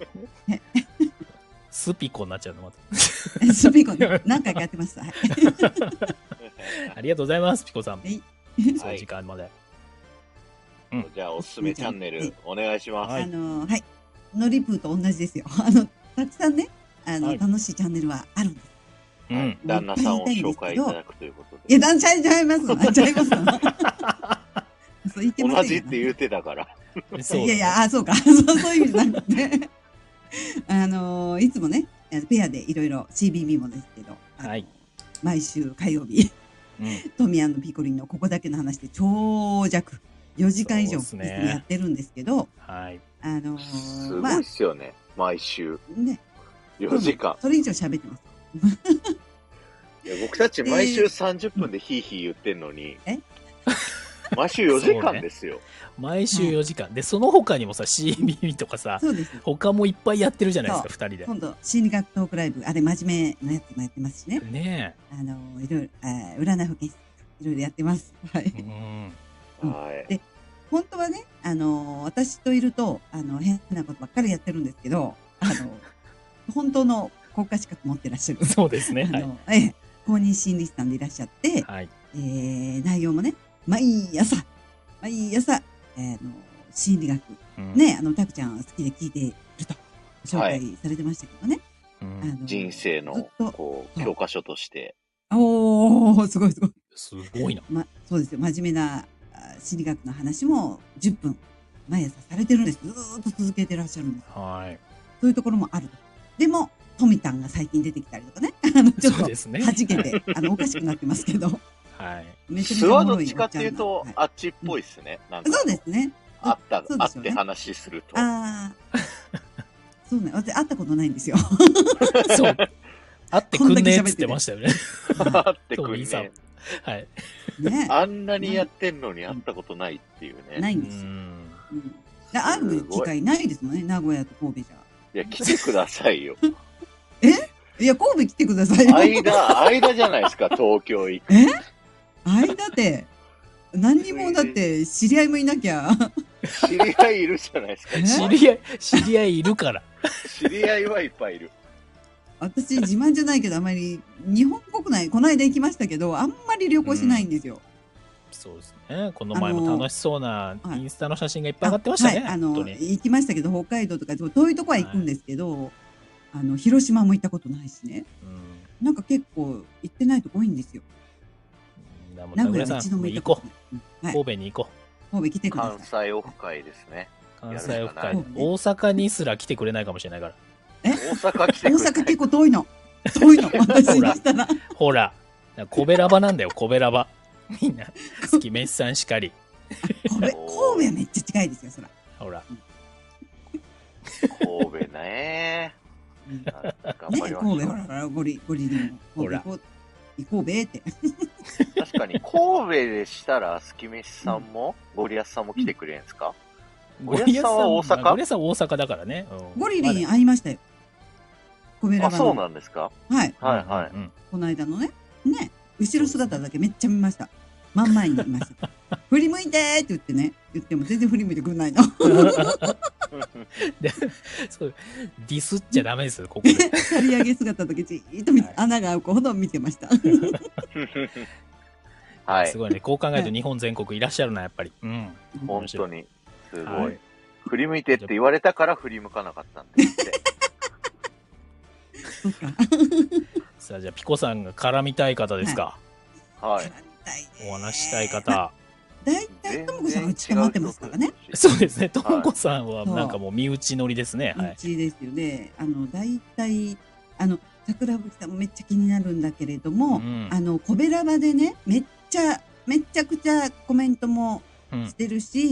スピコになっちゃうのまた。 スピコね、何回かやってました。はい、 ありがとうございます、ピコさん。その時間まで。 うん、じゃあ、おすすめチャンネル、お願いします。 あの、はい。ノリプーと同じですよ。あの、たくさんね、あの、はい、楽しいチャンネルはあるんです。 うん。旦那さんを紹介いただくということで。 いや、旦那ちゃいちゃいますの。ちゃいますの。 そう言ってません。同じって言ってたから。 いやいや、あ、そうか。そう、そういう意味じゃなくて。あのー、いつもね、ペアでいろいろ シービービー もですけど、はい、毎週火曜日、うん、トミー&ピコリンのここだけの話で長尺、よじかん以上ですね、やってるんですけど、 はい、 あのー、 すごいっすよね、まあ、毎週。ね。よじかん。 それ以上喋ってます。 いや僕たち毎週さんじゅっぷんでヒーヒー言ってんのに、え毎週よじかんですよ。 ね、毎週よじかん、はい、でその他にもさ シービービー とかさ、他もいっぱいやってるじゃないですか、ふたりで。 今度心理学トークライブ、あれ真面目なやつもやってますしね。 ねえ、あのいろいろ占い保健室いろいろやってます。はい。うんうん、はい。で本当はね、あの私といるとあの変なことばっかりやってるんですけど、あの本当の国家資格持ってらっしゃる。 そうですね。 あの、はい、ええ、公認心理師さんでいらっしゃって、はい、えー、内容もね。毎朝、毎朝、えー、の心理学、うん、ね、あの、たくちゃん好きで聞いていると、紹介されてましたけどね。 はい、あの人生の、こう、教科書として。 おー、すごいすごい。 すごいな。 ま、そうですよ。真面目な心理学の話もじゅっぷん、毎朝されてるんです。ずーっと続けてらっしゃるんです。 はい。 そういうところもあると。でも、トミタンが最近出てきたりとかね。あの、ちょっと、弾けて、あの、おかしくなってますけど。 はい。 諏訪どっちかっていうと、あっちっぽいっすね。なんかそうですね。 あった、あって話すると。 ああ。そうね。私、会ったことないんですよ。 そう。会ってくんねえって言ってましたよね。 会ってくんねえ。 はい。 ね。 あんなにやってんのに会ったことないっていうね。 ないんですよ。会う機会ないですもんね。名古屋と神戸じゃ。 いや、来てくださいよ。 えいや、神戸来てくださいよ。 間、間じゃないですか、東京行く。 え間って、何にもだって知り合いもいなきゃ。 知り合いいるじゃないですか。 知り合い、知り合いいるから。 知り合いはいっぱいいる。 私、自慢じゃないけど、あまり、日本国内、この間行きましたけど、あんまり旅行しないんですよ。うん、 そうですね。この前も楽しそうなインスタの写真がいっぱい上がってましたね。 はい、あの、行きましたけど、北海道とか、遠いとこは行くんですけど、はい、あの、広島も行ったことないしね。うん、なんか結構行ってないとこ多いんですよ。 名古屋は一度も行こう。神戸に行こう。神戸来てください。 関西オフ会ですね。 関西オフ会。大阪にすら来てくれないかもしれないから。 え大阪来てくれない。 大阪結構遠いの。遠いの。私にしたら。 ほら、コベラバなんだよ、コベラバ。みんな、好き、メッサンしかり。 神戸、神戸はめっちゃ近いですよ、そら。 ほら。 神戸ねね、神戸、ほら、ゴリ、ゴリリンも。ほら。行こうべって。 確かに、神戸でしたら、スキメシさんも、ゴリアスさんも来てくれるんですか？ゴリアスさんは大阪？ ゴリアスさんは大阪だからね。 ゴリリン会いましたよ。コベラバの。 あ、そうなんですか？ はい。 はいはい。 この間のね。ね。後ろ姿だけめっちゃ見ました。真ん前にいました。振り向いてって言ってね。言っても全然振り向いてくんないの。 でそうディスっちゃダメですよ、ここで。 刈り上げ姿だけじーっと見て、はい、穴が開くほど見てました。 はい。 すごいね。こう考えると日本全国いらっしゃるな、やっぱり。うん。 本当に。すごい。はい、振り向いてって言われたから振り向かなかったんですって。 そうか。 さあ、じゃあ、ピコさんが絡みたい方ですか。 はい。 絡みたいね。 お話したい方。 大体、ともこさんうちと待ってますからね。 そうですね。ともこさんはなんかもう身内乗りですね。 身内ですよね。あの、大体、あの、桜吹さんもめっちゃ気になるんだけれども、うん、あの、コベラバでね、めっちゃ、めちゃくちゃコメントもしてるし、うん、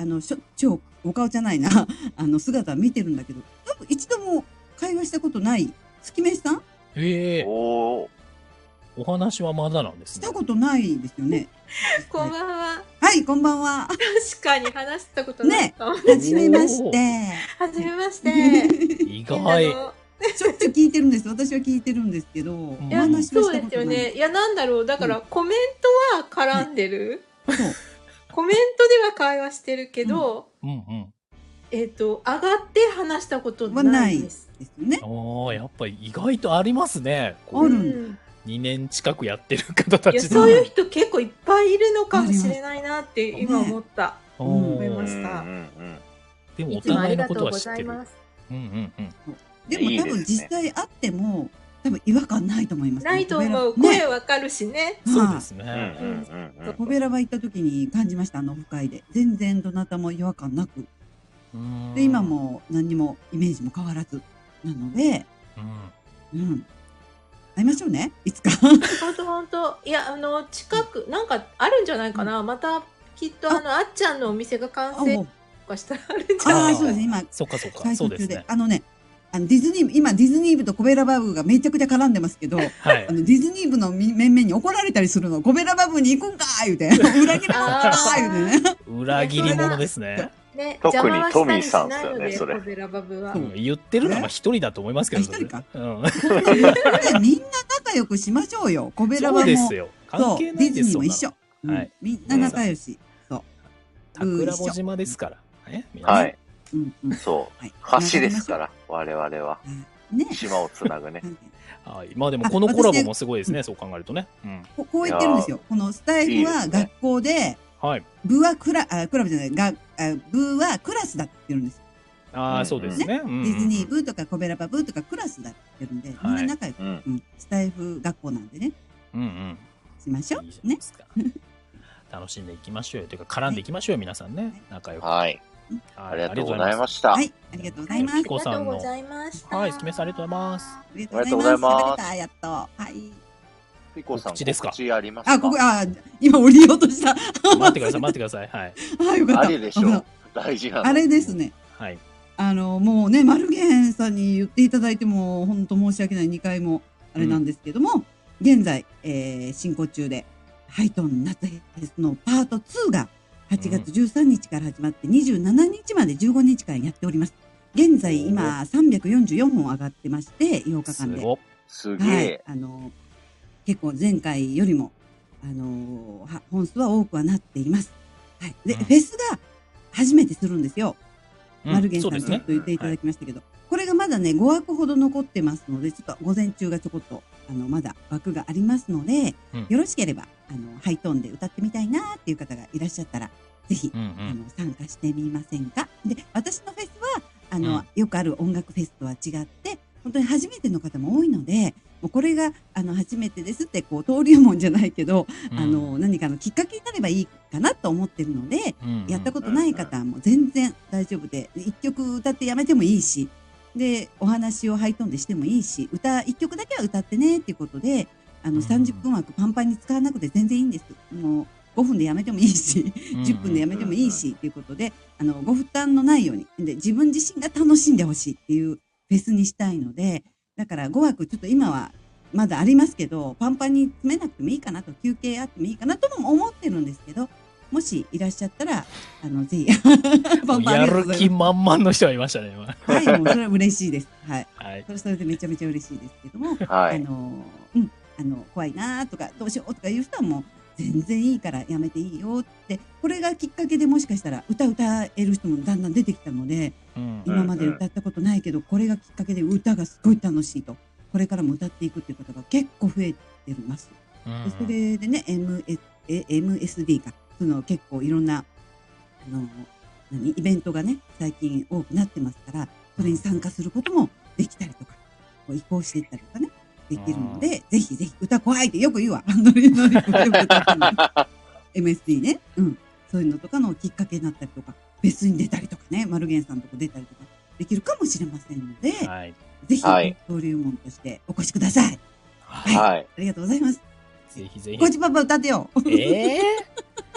あの、しょっちゅうお顔じゃないな、あの、姿見てるんだけど、多分一度も会話したことない、月飯さんええー。おお話はまだなんですね。したことないですよね。 こんばんは。 はい、こんばんは。 確かに話したことないかも。 ね、はじめまして。 はじめまして。 意外。 しょっちゅう聞いてるんです。私は聞いてるんですけど、 いや、そうですよね。いや、なんだろう。だから、コメントは絡んでる。そう。コメントでは会話してるけど、うんうん。えっと、上がって話したことないです。 ですね。 おー、やっぱり意外とありますね。 ある。 にねん近くやってる方たち。 いや、そういう人結構いっぱいいるのかもしれないなって今思った。思いました。 でもお互いのことは知ってる。 うんうんうん。 でも多分実際会っても多分違和感ないと思います。 ないと思う。声わかるしね。 そうですね。 コベラバ行った時に感じました、あのオフ会で。全然どなたも違和感なく。で、今も何にもイメージも変わらずなので、うん。会いましょうね、いつか。 本当本当。いや、あの、近く、なんかあるんじゃないかな。また、きっとあの、あっちゃんのお店が完成とかしたらあるんじゃないかな。 ああ、そうですね、今。 そっかそっか。そうですね。 あのね、あのディズニー部、今ディズニー部とコベラバブがめちゃくちゃ絡んでますけど、はい、あのディズニー部の面々に怒られたりするの。コベラバブに行くんかー言うて。裏切り者かー言うてね。 裏切り者ですね。 ね、 特にトミーさんですよね、それ。 言ってるのは一人だと思いますけど。 一人か。うん。みんな仲良くしましょうよ。コベラバも。 そうですよ。関係ないですよ。 ディズニーも一緒。はい。みんな仲良し。そう。 桜穂島ですから。 はい。そう。橋ですから、我々は。島をつなぐね。 はい。まあでもこのコラボもすごいですね、そう考えるとね。 こう言ってるんですよ。このスタイフは学校で、はい。部はクラ、あ、クラブじゃない、が、部はクラスだって言うんですよ。 ああ、そうですね。ディズニー部とかコベラバ部とかクラスだって言ってるんで、みんな仲良く、スタイフ学校なんでね。うんうん。しましょう。ね。 楽しんでいきましょうよ。というか、絡んでいきましょうよ、皆さんね。仲良く。 はい。ありがとうございました。 はい。ありがとうございます。 ピコさんの。 はい、すきめさんありがとうございます。 ありがとうございます。やっと。はい。 ピコさん、 告知ですか？ 告知ありますか？ あ、ここ、あ、今降りようとした。 待ってください、待ってください。はい。 あ、よかった。 あれでしょ。大事なの。 あれですね。 はい。 あの、もうね、マルゲンさんに言っていただいても、本当申し訳ないにかいも、あれなんですけども、現在、えー、進行中で、ハイトン夏フェスのパートツーが、はちがつじゅうさんにちから始まってにじゅうしちにちまでじゅうごにちかんやっております。現在今さんびゃくよんじゅうよんほん上がってまして、ようかかんで。 すげえ。はい。 あの、結構前回よりも、あのー、本数は多くはなっています。はい。で、うん、フェスが初めてするんですよ。うん、マルゲンさんちょっと言っていただきましたけど、ね、はい、これがまだね、ごわくほど残ってますので、ちょっと午前中がちょこっと、あの、まだ枠がありますので、うん、よろしければ、あの、ハイトーンで歌ってみたいなーっていう方がいらっしゃったら、ぜひ、うんうん、あの、参加してみませんか？で、私のフェスは、あの、うん、よくある音楽フェスとは違って、本当に初めての方も多いので、もうこれが、あの、初めてですって、こう、登竜門じゃないけど、うん、あの、何かのきっかけになればいいかなと思ってるので、うんうん、やったことない方はもう全然大丈夫で、一曲歌ってやめてもいいし、で、お話をハイトーンでしてもいいし、歌、一曲だけは歌ってね、っていうことで、あの、さんじゅっぷん枠パンパンに使わなくて全然いいんです。もう、ごふんでやめてもいいし、じゅっぷんでやめてもいいし、っていうことで、あの、ご負担のないように、で、自分自身が楽しんでほしいっていうフェスにしたいので、だからごわくちょっと今はまだありますけど、パンパンに詰めなくてもいいかなと、休憩あってもいいかなとも思ってるんですけど、もしいらっしゃったら、あの、ぜひ、 パンパンやる気満々の人がいましたね、今。 はい、もうそれは嬉しいです。はい。はい。それそれでめちゃめちゃ嬉しいですけども、はい。あの、うん、あの、怖いなとか、どうしようとかいう人はもう、全然いいからやめていいよって、これがきっかけでもしかしたら歌歌える人もだんだん出てきたので、うん、今まで歌ったことないけど、これがきっかけで歌がすごい楽しいと、これからも歌っていくっていう方が結構増えてます。うん、それでね、エムエスディー か、その結構いろんな、あの、何、イベントがね、最近多くなってますから、それに参加することもできたりとか、こう移行していったりとかね、できるので、ぜひぜひ歌怖いってよく言うわ。ノリノリよく歌ってね。エムエスディー ね。うん。そういうのとかのきっかけになったりとか、フェスに出たりとかね、マルゲンさんとか出たりとかできるかもしれませんので、はい、ぜひ、登竜門としてお越しください。はい。はい、ありがとうございます。 ぜひぜひ。 コチパパ歌ってよ。 ええー、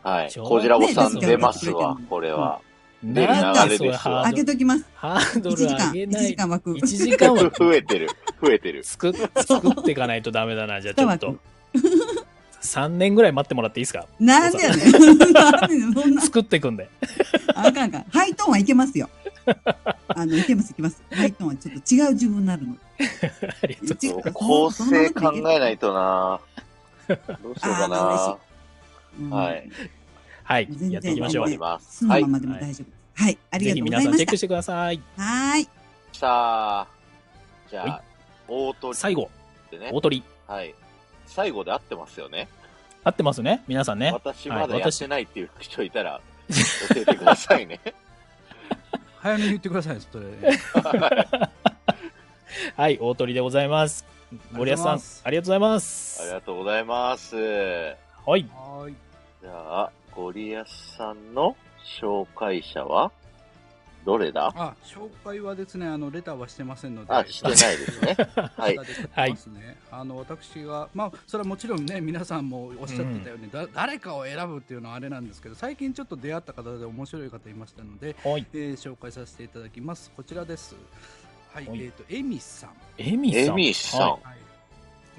はい。コジラボさん出ますわ、これは。出る流れですわ。 開けときます。 ハードル上げない。 いちじかん枠。 いちじかん枠。 増えてる。増えてる。 作っ、作っていかないとダメだな、じゃあちょっと。さんねんぐらい待ってもらっていいですか？ なんでやねん。なんでそんな。 作っていくんで。 あかんかん。ハイトーンはいけますよ。あの、いけます、いけます。ハイトーンはちょっと違う自分になるの。 ありがとうございます。 構成考えないとな。どうしようかな。はい。 はい。やっていきましょう。 そのままでも大丈夫。はい。ありがとうございました。ぜひ皆さんチェックしてください。 はい。 さあ、じゃあ、大鳥。 最後。大鳥。 はい。最後で合ってますよね。 合ってますね。皆さんね。 私まだやってないっていう人いたら、教えてくださいね。 早めに言ってください、それ。 はい、大鳥でございます。ゴリアスさん、ありがとうございます。 ありがとうございます。 はい。 じゃあ、ゴリアスさんの紹介者はどれだ？ あ、紹介はですね、あのレターはしてませんので。 あ、してないですね。はい。 はい。あの私が、まあそれはもちろんね、皆さんもおっしゃってたように、うん、だ誰かを選ぶっていうのはあれなんですけど、最近ちょっと出会った方で面白い方いましたので、 はい、 えー、紹介させていただきます。こちらです。はい。はい、えっ、ー、とエミさん。 エミさん。 エミさん。はい 、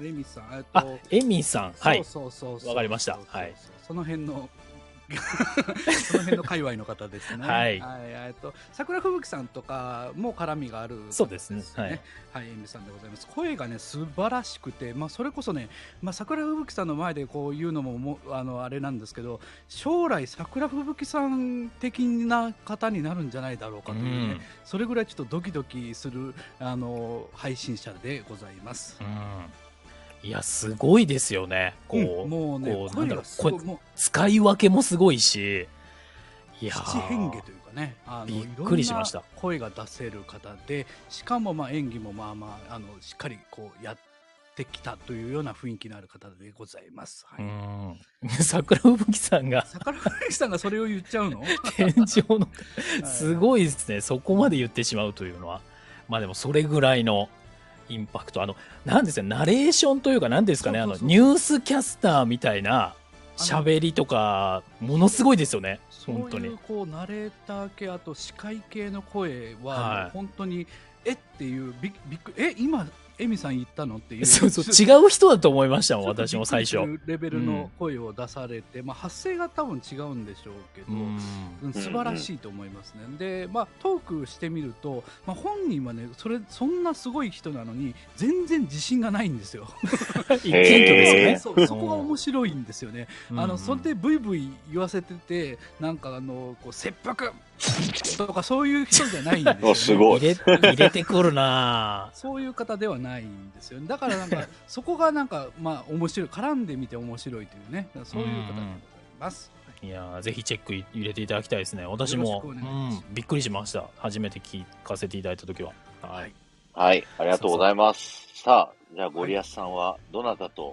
エミさん。えっと、あ、エミさん。はい。 そうそうそう。 わかりました。はい。 その辺の。その辺の界隈の方ですね。 はい。 はい、えっと桜吹雪さんとかも絡みがある、ね。 そうですね。はい。 はい、エミさんでございます。声がね素晴らしくて、まあそれこそね、まあ桜吹雪さんの前でこう言うのももあのあれなんですけど、将来桜吹雪さん的な方になるんじゃないだろうかというね、うん、それぐらいちょっとドキドキするあの配信者でございます。 うん、いや、すごいですよね。こう、 うん、もうね、 こうなんだろう、声、使い分けもすごいし、いや七変化というかね、あのびっくりしました。 声が出せる方で、しかもまあ演技もまあまあ、あの、しっかりこうやってきたというような雰囲気のある方でございます。はい、 うん。桜吹雪さんが。 桜吹雪さんがそれを言っちゃうの天井の、すごいですね。そこまで言ってしまうというのは。まあでもそれぐらいの、インパクト、あの、なんですか、ナレーションというか、なんですかね、あの、ニュースキャスターみたいな喋りとか、ものすごいですよね、本当に。 そういう、こう、ナレーター系、あと、司会系の声は、本当に、えっていう、びびっくり、え、今、エミさん言ったのっていう。 そうそう、違う人だと思いましたもん、私も最初。 レベルの声を出されて、うん、まあ、発声が多分違うんでしょうけど、うん、素晴らしいと思いますね。で、まあ、トークしてみると、まあ、本人はね、それ、そんなすごい人なのに、全然自信がないんですよ。 謙虚ですよね。そう、そこが面白いんですよね。あの、それでブイブイ言わせてて、なんかあの、こう、切腹とかそういう人じゃないんですよ、ね。 すごい。 入れ、入れてくるなそういう方ではないんですよね。だからなんか、そこがなんか、まあ、面白い。絡んでみて面白いというね。そういう方でございます。 いやー、ぜひチェック入れていただきたいですね。私も、うん、びっくりしました。初めて聞かせていただいたときは。はい。 はい、ありがとうございます。さあ、じゃあ、ゴリアスさんは、どなたと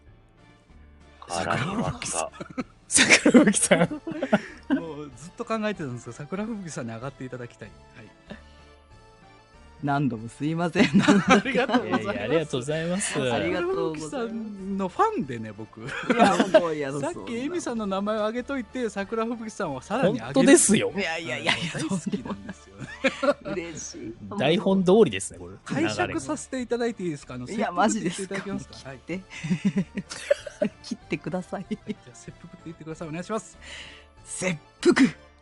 絡みますか？ 桜吹さん。 もうずっと考えてたんですが、桜吹さんに上がっていただきたい。はい。 何度もすいません。 ありがとうございます。 ありがとうございます。 ありがとうございます。 さんのファンでね、僕。 いや、もういや、 さっきエミさんの名前を挙げといて、桜吹さんはさらに上げる。 本当ですよ。 いやいやいや、 大好きなんですよね。 嬉しい。 台本通りですね、これ。 解釈させていただいていいですか？あの、 いや、マジですか。切って。切ってください。 じゃあ、切腹って言ってください。お願いします。 切腹。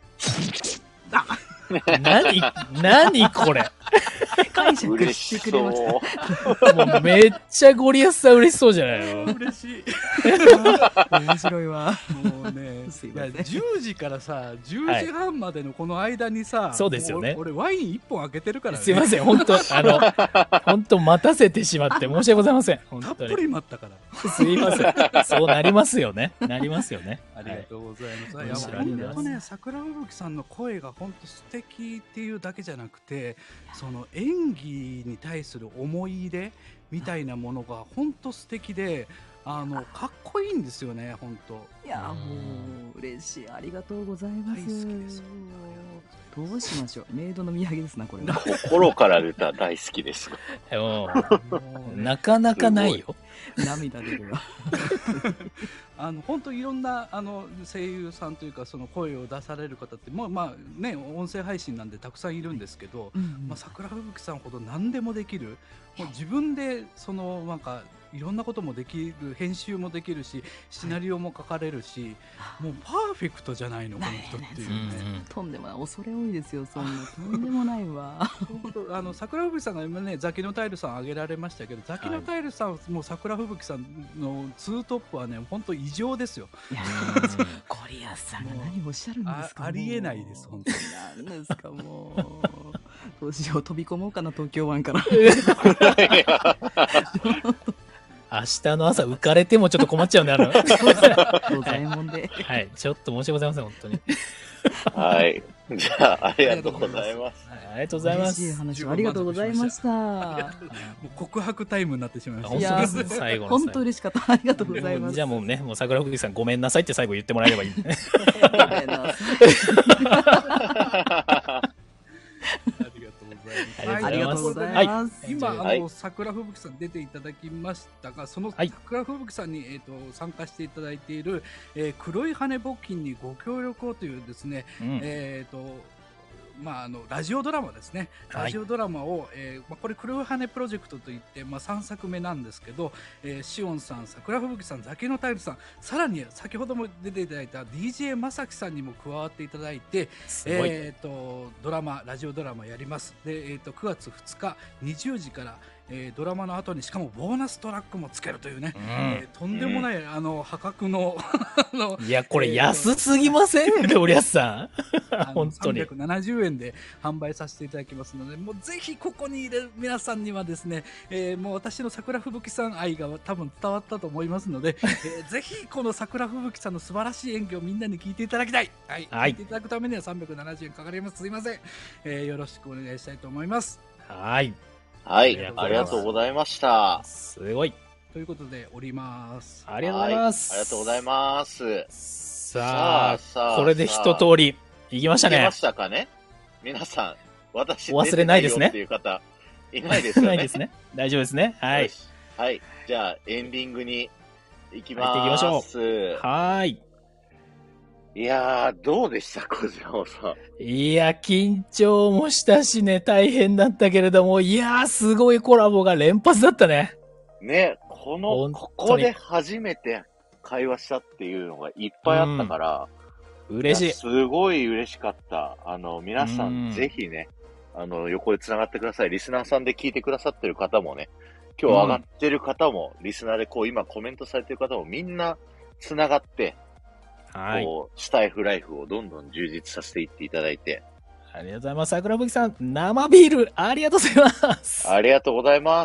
何何これ。 解釈してくれました。もうめっちゃゴリアスさん嬉しそうじゃないの？ 嬉しい。 面白いわ。 もうね、いやじゅうじからさ、じゅうじはんまでのこの間にさ、はい、 そうですよね。 俺ワインいっぽん開けてるからね。 すいません、本当あの本当待たせてしまって申し訳ございません。 たっぷり待ったから。 すいません。そうなりますよね。なりますよね。 ありがとうございます。はい、いや本当ね、桜吹雪さんの声が本当素敵っていうだけじゃなくて、その演技に対する思い入れみたいなものが本当素敵で、あのかっこいいんですよね、本当。 いや、もう嬉しい、ありがとうございます。 大好きです。ありがとうございます。 どうしましょう。メイドの土産ですな、これは。 心から出た大好きです。 なかなかないよ。 涙出るわ。 あの本当いろんなあの声優さんというかその声を出される方ってもうまあね音声配信なんでたくさんいるんですけど、うんうん、まあ桜吹雪さんほど何でもできる、もう自分でそのなんかいろんなこともできる、編集もできるしシナリオも書かれるし、はい、もうパーフェクトじゃないのこの人っていうね。 うんうん、とんでもない、恐れ多いですよ、そんなとんでもないわ。 あの桜吹雪さんが今ねザキのタイルさん挙げられましたけど、ザキのタイルさん、はい、もう桜吹雪さんのツートップはね本当異常ですよ。 いやゴリアスさんが何をおっしゃるんですか。 あ, ありえないです本当に。 何ですかもうどうしよう、飛び込もうかな東京湾から。 明日の朝浮かれてもちょっと困っちゃうんで、あのドラえもんで、 はい、ちょっと申し訳ございません本当に。 はい、じゃあありがとうございます。 はい、ありがとうございます。 嬉しい話をありがとうございました。もう告白タイムになってしまいました。 いや最後の本当嬉しかった。ありがとうございます。 じゃあもうね、もう桜吹雪さんごめんなさいって最後言ってもらえればいい。ごめんなさい。 ありがとうございます。今、あの、桜吹雪さん出ていただきましたが、その桜吹雪さんに、えっと、参加していただいている、えー、黒い羽募金にご協力をというですね、うん、えっと、まあ、あのラジオドラマですね、ラジオドラマを、はい、えーまあ、これ黒い羽プロジェクトといって、まあ、さんさくめなんですけど、えー、シオンさん、桜吹雪さん、ザキのタイルさん、さらに先ほども出ていただいた ディージェー まさきさんにも加わっていただいて、えー、とドラマラジオドラマやります。で、えー、とくがつふつかにじゅうじからえー、ドラマの後にしかもボーナストラックもつけるというね、うん、えー、とんでもない、うん、あの破格のいやこれ安すぎません、ゴリアスさん。本当にさんびゃくななじゅうえんで販売させていただきますので、もうぜひここに入れる皆さんにはですね、えー、もう私の桜吹雪さん愛が多分伝わったと思いますので、えー、ぜひこの桜吹雪さんの素晴らしい演技をみんなに聞いていただきたい、はい、はい、聞いていただくためにはさんびゃくななじゅうえんかかります。すいません、えー、よろしくお願いしたいと思います。 はいはい、ありがとうございました。 すごい。 ということで、おります。 ありがとうございます。 ありがとうございます。 さあ、さあこれで一通りいきましたね。 いけましたかね皆さん、私、 お忘れないですね。 っていう方、いないですよね。 ないですね。大丈夫ですね。はい。 はい。じゃあ、エンディングに行きます。行きましょう。 はい。 いやー、どうでした小島さん。いや、緊張もしたしね、大変だったけれども、いやー、すごいコラボが連発だったね。 ね、この、ここで初めて会話したっていうのがいっぱいあったから、 うん、嬉しい。 すごい嬉しかった。あの、皆さん、ぜひね、あの、横で繋がってください。リスナーさんで聞いてくださってる方もね、今日上がってる方も、うん、リスナーでこう、今コメントされてる方もみんな繋がって、はい、こうスタイフライフをどんどん充実させていっていただいて、 ありがとうございます。桜吹さん、生ビールありがとうございます。 ありがとうございます。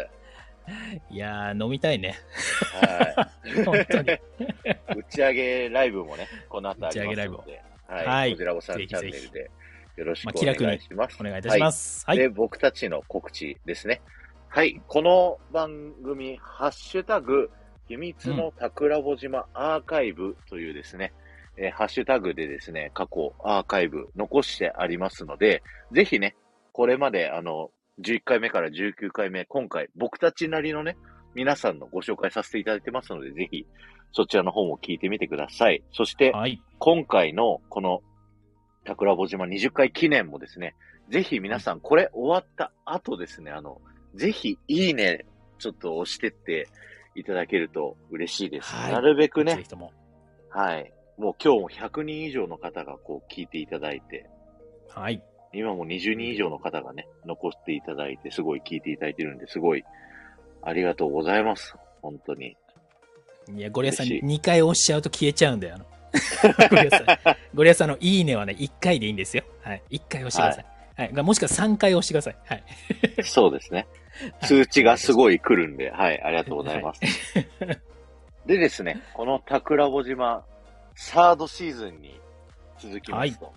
いやー、飲みたいね。 はい。本当に。打ち上げライブもね、この後ありますので、打ち上げライブを、はい。はい、こちらごさんチャンネルでよろしくお願いします。 まあ、お願いいたします。 はい。で、僕たちの告知ですね。はい。この番組、ハッシュタグ、秘密の桜穂島アーカイブというですね、うん、えー、ハッシュタグでですね、過去アーカイブ残してありますので、ぜひね、これまであの、じゅういっかいめからじゅうきゅうかいめ、今回僕たちなりのね、皆さんのご紹介させていただいてますので、ぜひそちらの方も聞いてみてください。そして、はい、今回のこの桜穂島にじゅっかい記念もですね、ぜひ皆さんこれ終わった後ですね、あの、ぜひいいね、ちょっと押してって、いただけると嬉しいです。はい、なるべくね。ぜひとも。はい。もう今日もひゃくにん以上の方がこう聞いていただいて。 はい。 今もにじゅうにん以上の方がね、残っていただいて、すごい聞いていただいてるんで、すごいありがとうございます。本当に。 いや、ゴリアさんにかい押しちゃうと消えちゃうんだよ。あのゴリアさん。ゴリアさんのいいねはね、いっかいでいいんですよ。はい。いっかい押してください。はい。はい、もしくはさんかい押してください。はい。 そうですね。通知がすごい来るんで、はい、ありがとうございます。はい、でですね、この桜穂島、サードシーズンに続きますと。はい、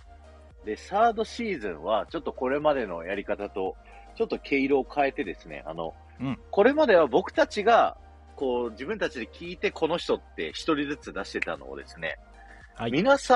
で、サードシーズンは、ちょっとこれまでのやり方と、ちょっと毛色を変えてですね、あの、うん、これまでは僕たちが、こう、自分たちで聞いて、この人って一人ずつ出してたのをですね、はい、皆さん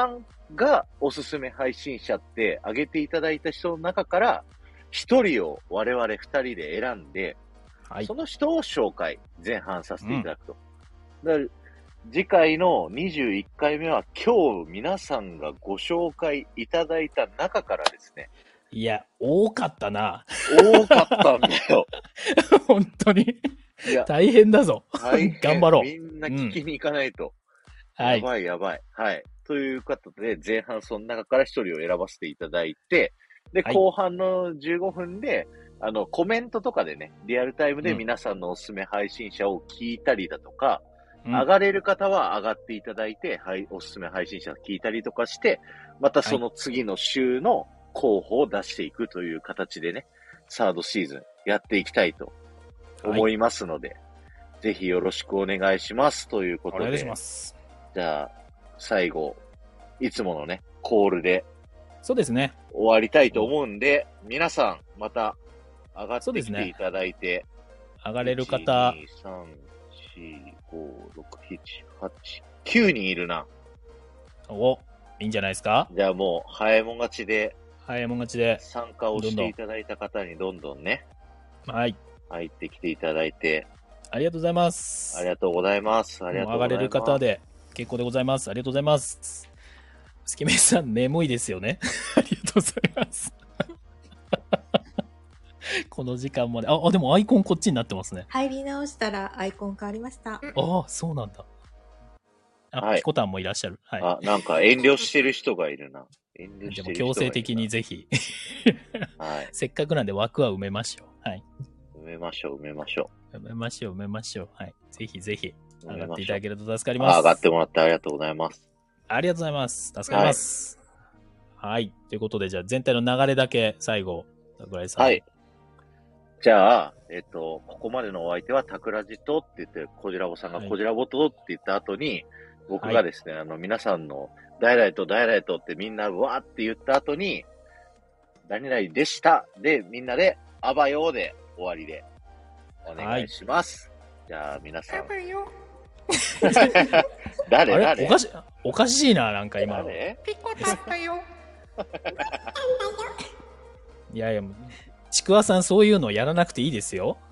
がおすすめ配信者って挙げていただいた人の中から一人を我々二人で選んで、はい、その人を紹介前半させていただくと。うん、だから次回のにじゅういっかいめは今日皆さんがご紹介いただいた中からですね。 いや、多かったな。 多かったんだよ。 本当に。いや大変だぞ。頑張ろう。 みんな聞きに行かないと。うん、やばいやばい。はい。ということで、前半その中から一人を選ばせていただいて、で、はい、後半のじゅうごふんで、あの、コメントとかでね、リアルタイムで皆さんのおすすめ配信者を聞いたりだとか、うん、上がれる方は上がっていただいて、はい、おすすめ配信者聞いたりとかして、またその次の週の候補を出していくという形でね、サードシーズンやっていきたいと思いますので、はい、ぜひよろしくお願いしますということで。お願いします。じゃあ、最後、いつものね、コールで。 そうですね。 終わりたいと思うんで、皆さん、また、上がってきていただいて。 ね、上がれる方。 いち、に、さん、よん、ご、ろく、なな、はち、きゅうにんいるな。 お、いいんじゃないですか。 じゃあもう、早いもん勝ちで。 早いもん勝ちで。 参加をしていただいた方にどんどんね。 はい。 入ってきていただいて。 ありがとうございます。 ありがとうございます。ありがとうございます。 上がれる方で結構でございます。ありがとうございます。スケメンさん、眠いですよね。ありがとうございます。この時間まで。あ、あ、でもアイコンこっちになってますね。 入り直したらアイコン変わりました。ああ、そうなんだ。あ、はい、ピコタンもいらっしゃる。はい。 あ、なんか遠慮してる人がいるな。遠慮してる人がいるな。 でも強制的にぜひ。はい。せっかくなんで枠は埋めましょう。はい。 埋めましょう、埋めましょう。埋めましょう、埋めましょう。はい。ぜひぜひ、上がっていただけると助かります。 上がってもらってありがとうございます。 ありがとうございます。助かります。はい。はい、ということで、じゃあ全体の流れだけ最後、桜井さん。 はい。じゃあ、えっと、ここまでのお相手は、タクラジとって言って、コジラボさんがコジラボとって言った後に、はい、僕がですね、あの、皆さんの、ダイライト、ダイライトってみんなわーって言った後に、何々でしたで、みんなで、あばよーで終わりで、お願いします。はい、じゃあ、皆さん。あばよ誰誰おかし、おかしいな、なんか今の。 ピコタンだよ。 いやいや、ちくわさんそういうのやらなくていいですよ。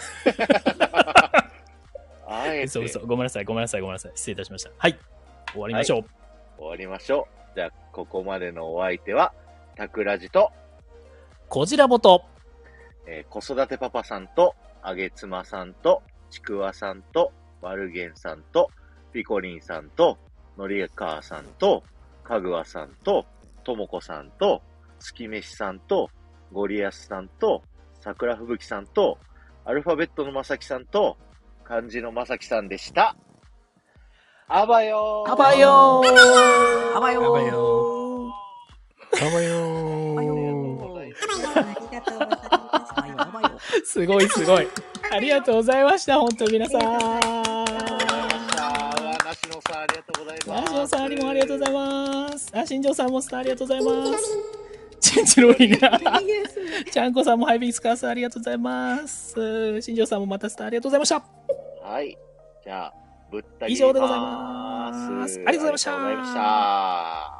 嘘嘘。ごめんなさい、ごめんなさい、ごめんなさい。失礼いたしました。はい。終わりましょう。はい、 終わりましょう。じゃあ、ここまでのお相手は、タクラジと、 コジラボと、 えー、子育てパパさんと、あげつまさんと、ちくわさんと、ワルゲンさんと、ピコリンさんと、のりかーさんと、かぐわさんと、ともこさんと、つきめしさんと、ゴリアスさんと、さくらふぶきさんと、アルファベットのまさきさんと、漢字のまさきさんでした。あばよーあばよーあばよーあばよーあばよーすごいすごい。ありがとうございました。本当に皆さん。 なしのさんありがとうございます。 なしのさんありもありがとうございます。あ、新庄さんもスターありがとうございます。チンチロリンが。ちゃんこさんもハイビスカースありがとうございます。新庄さんもまたスターありがとうございました。 はい。じゃあ、ぶった切ります。 以上でございます。ありがとうございました。 ありがとうございました。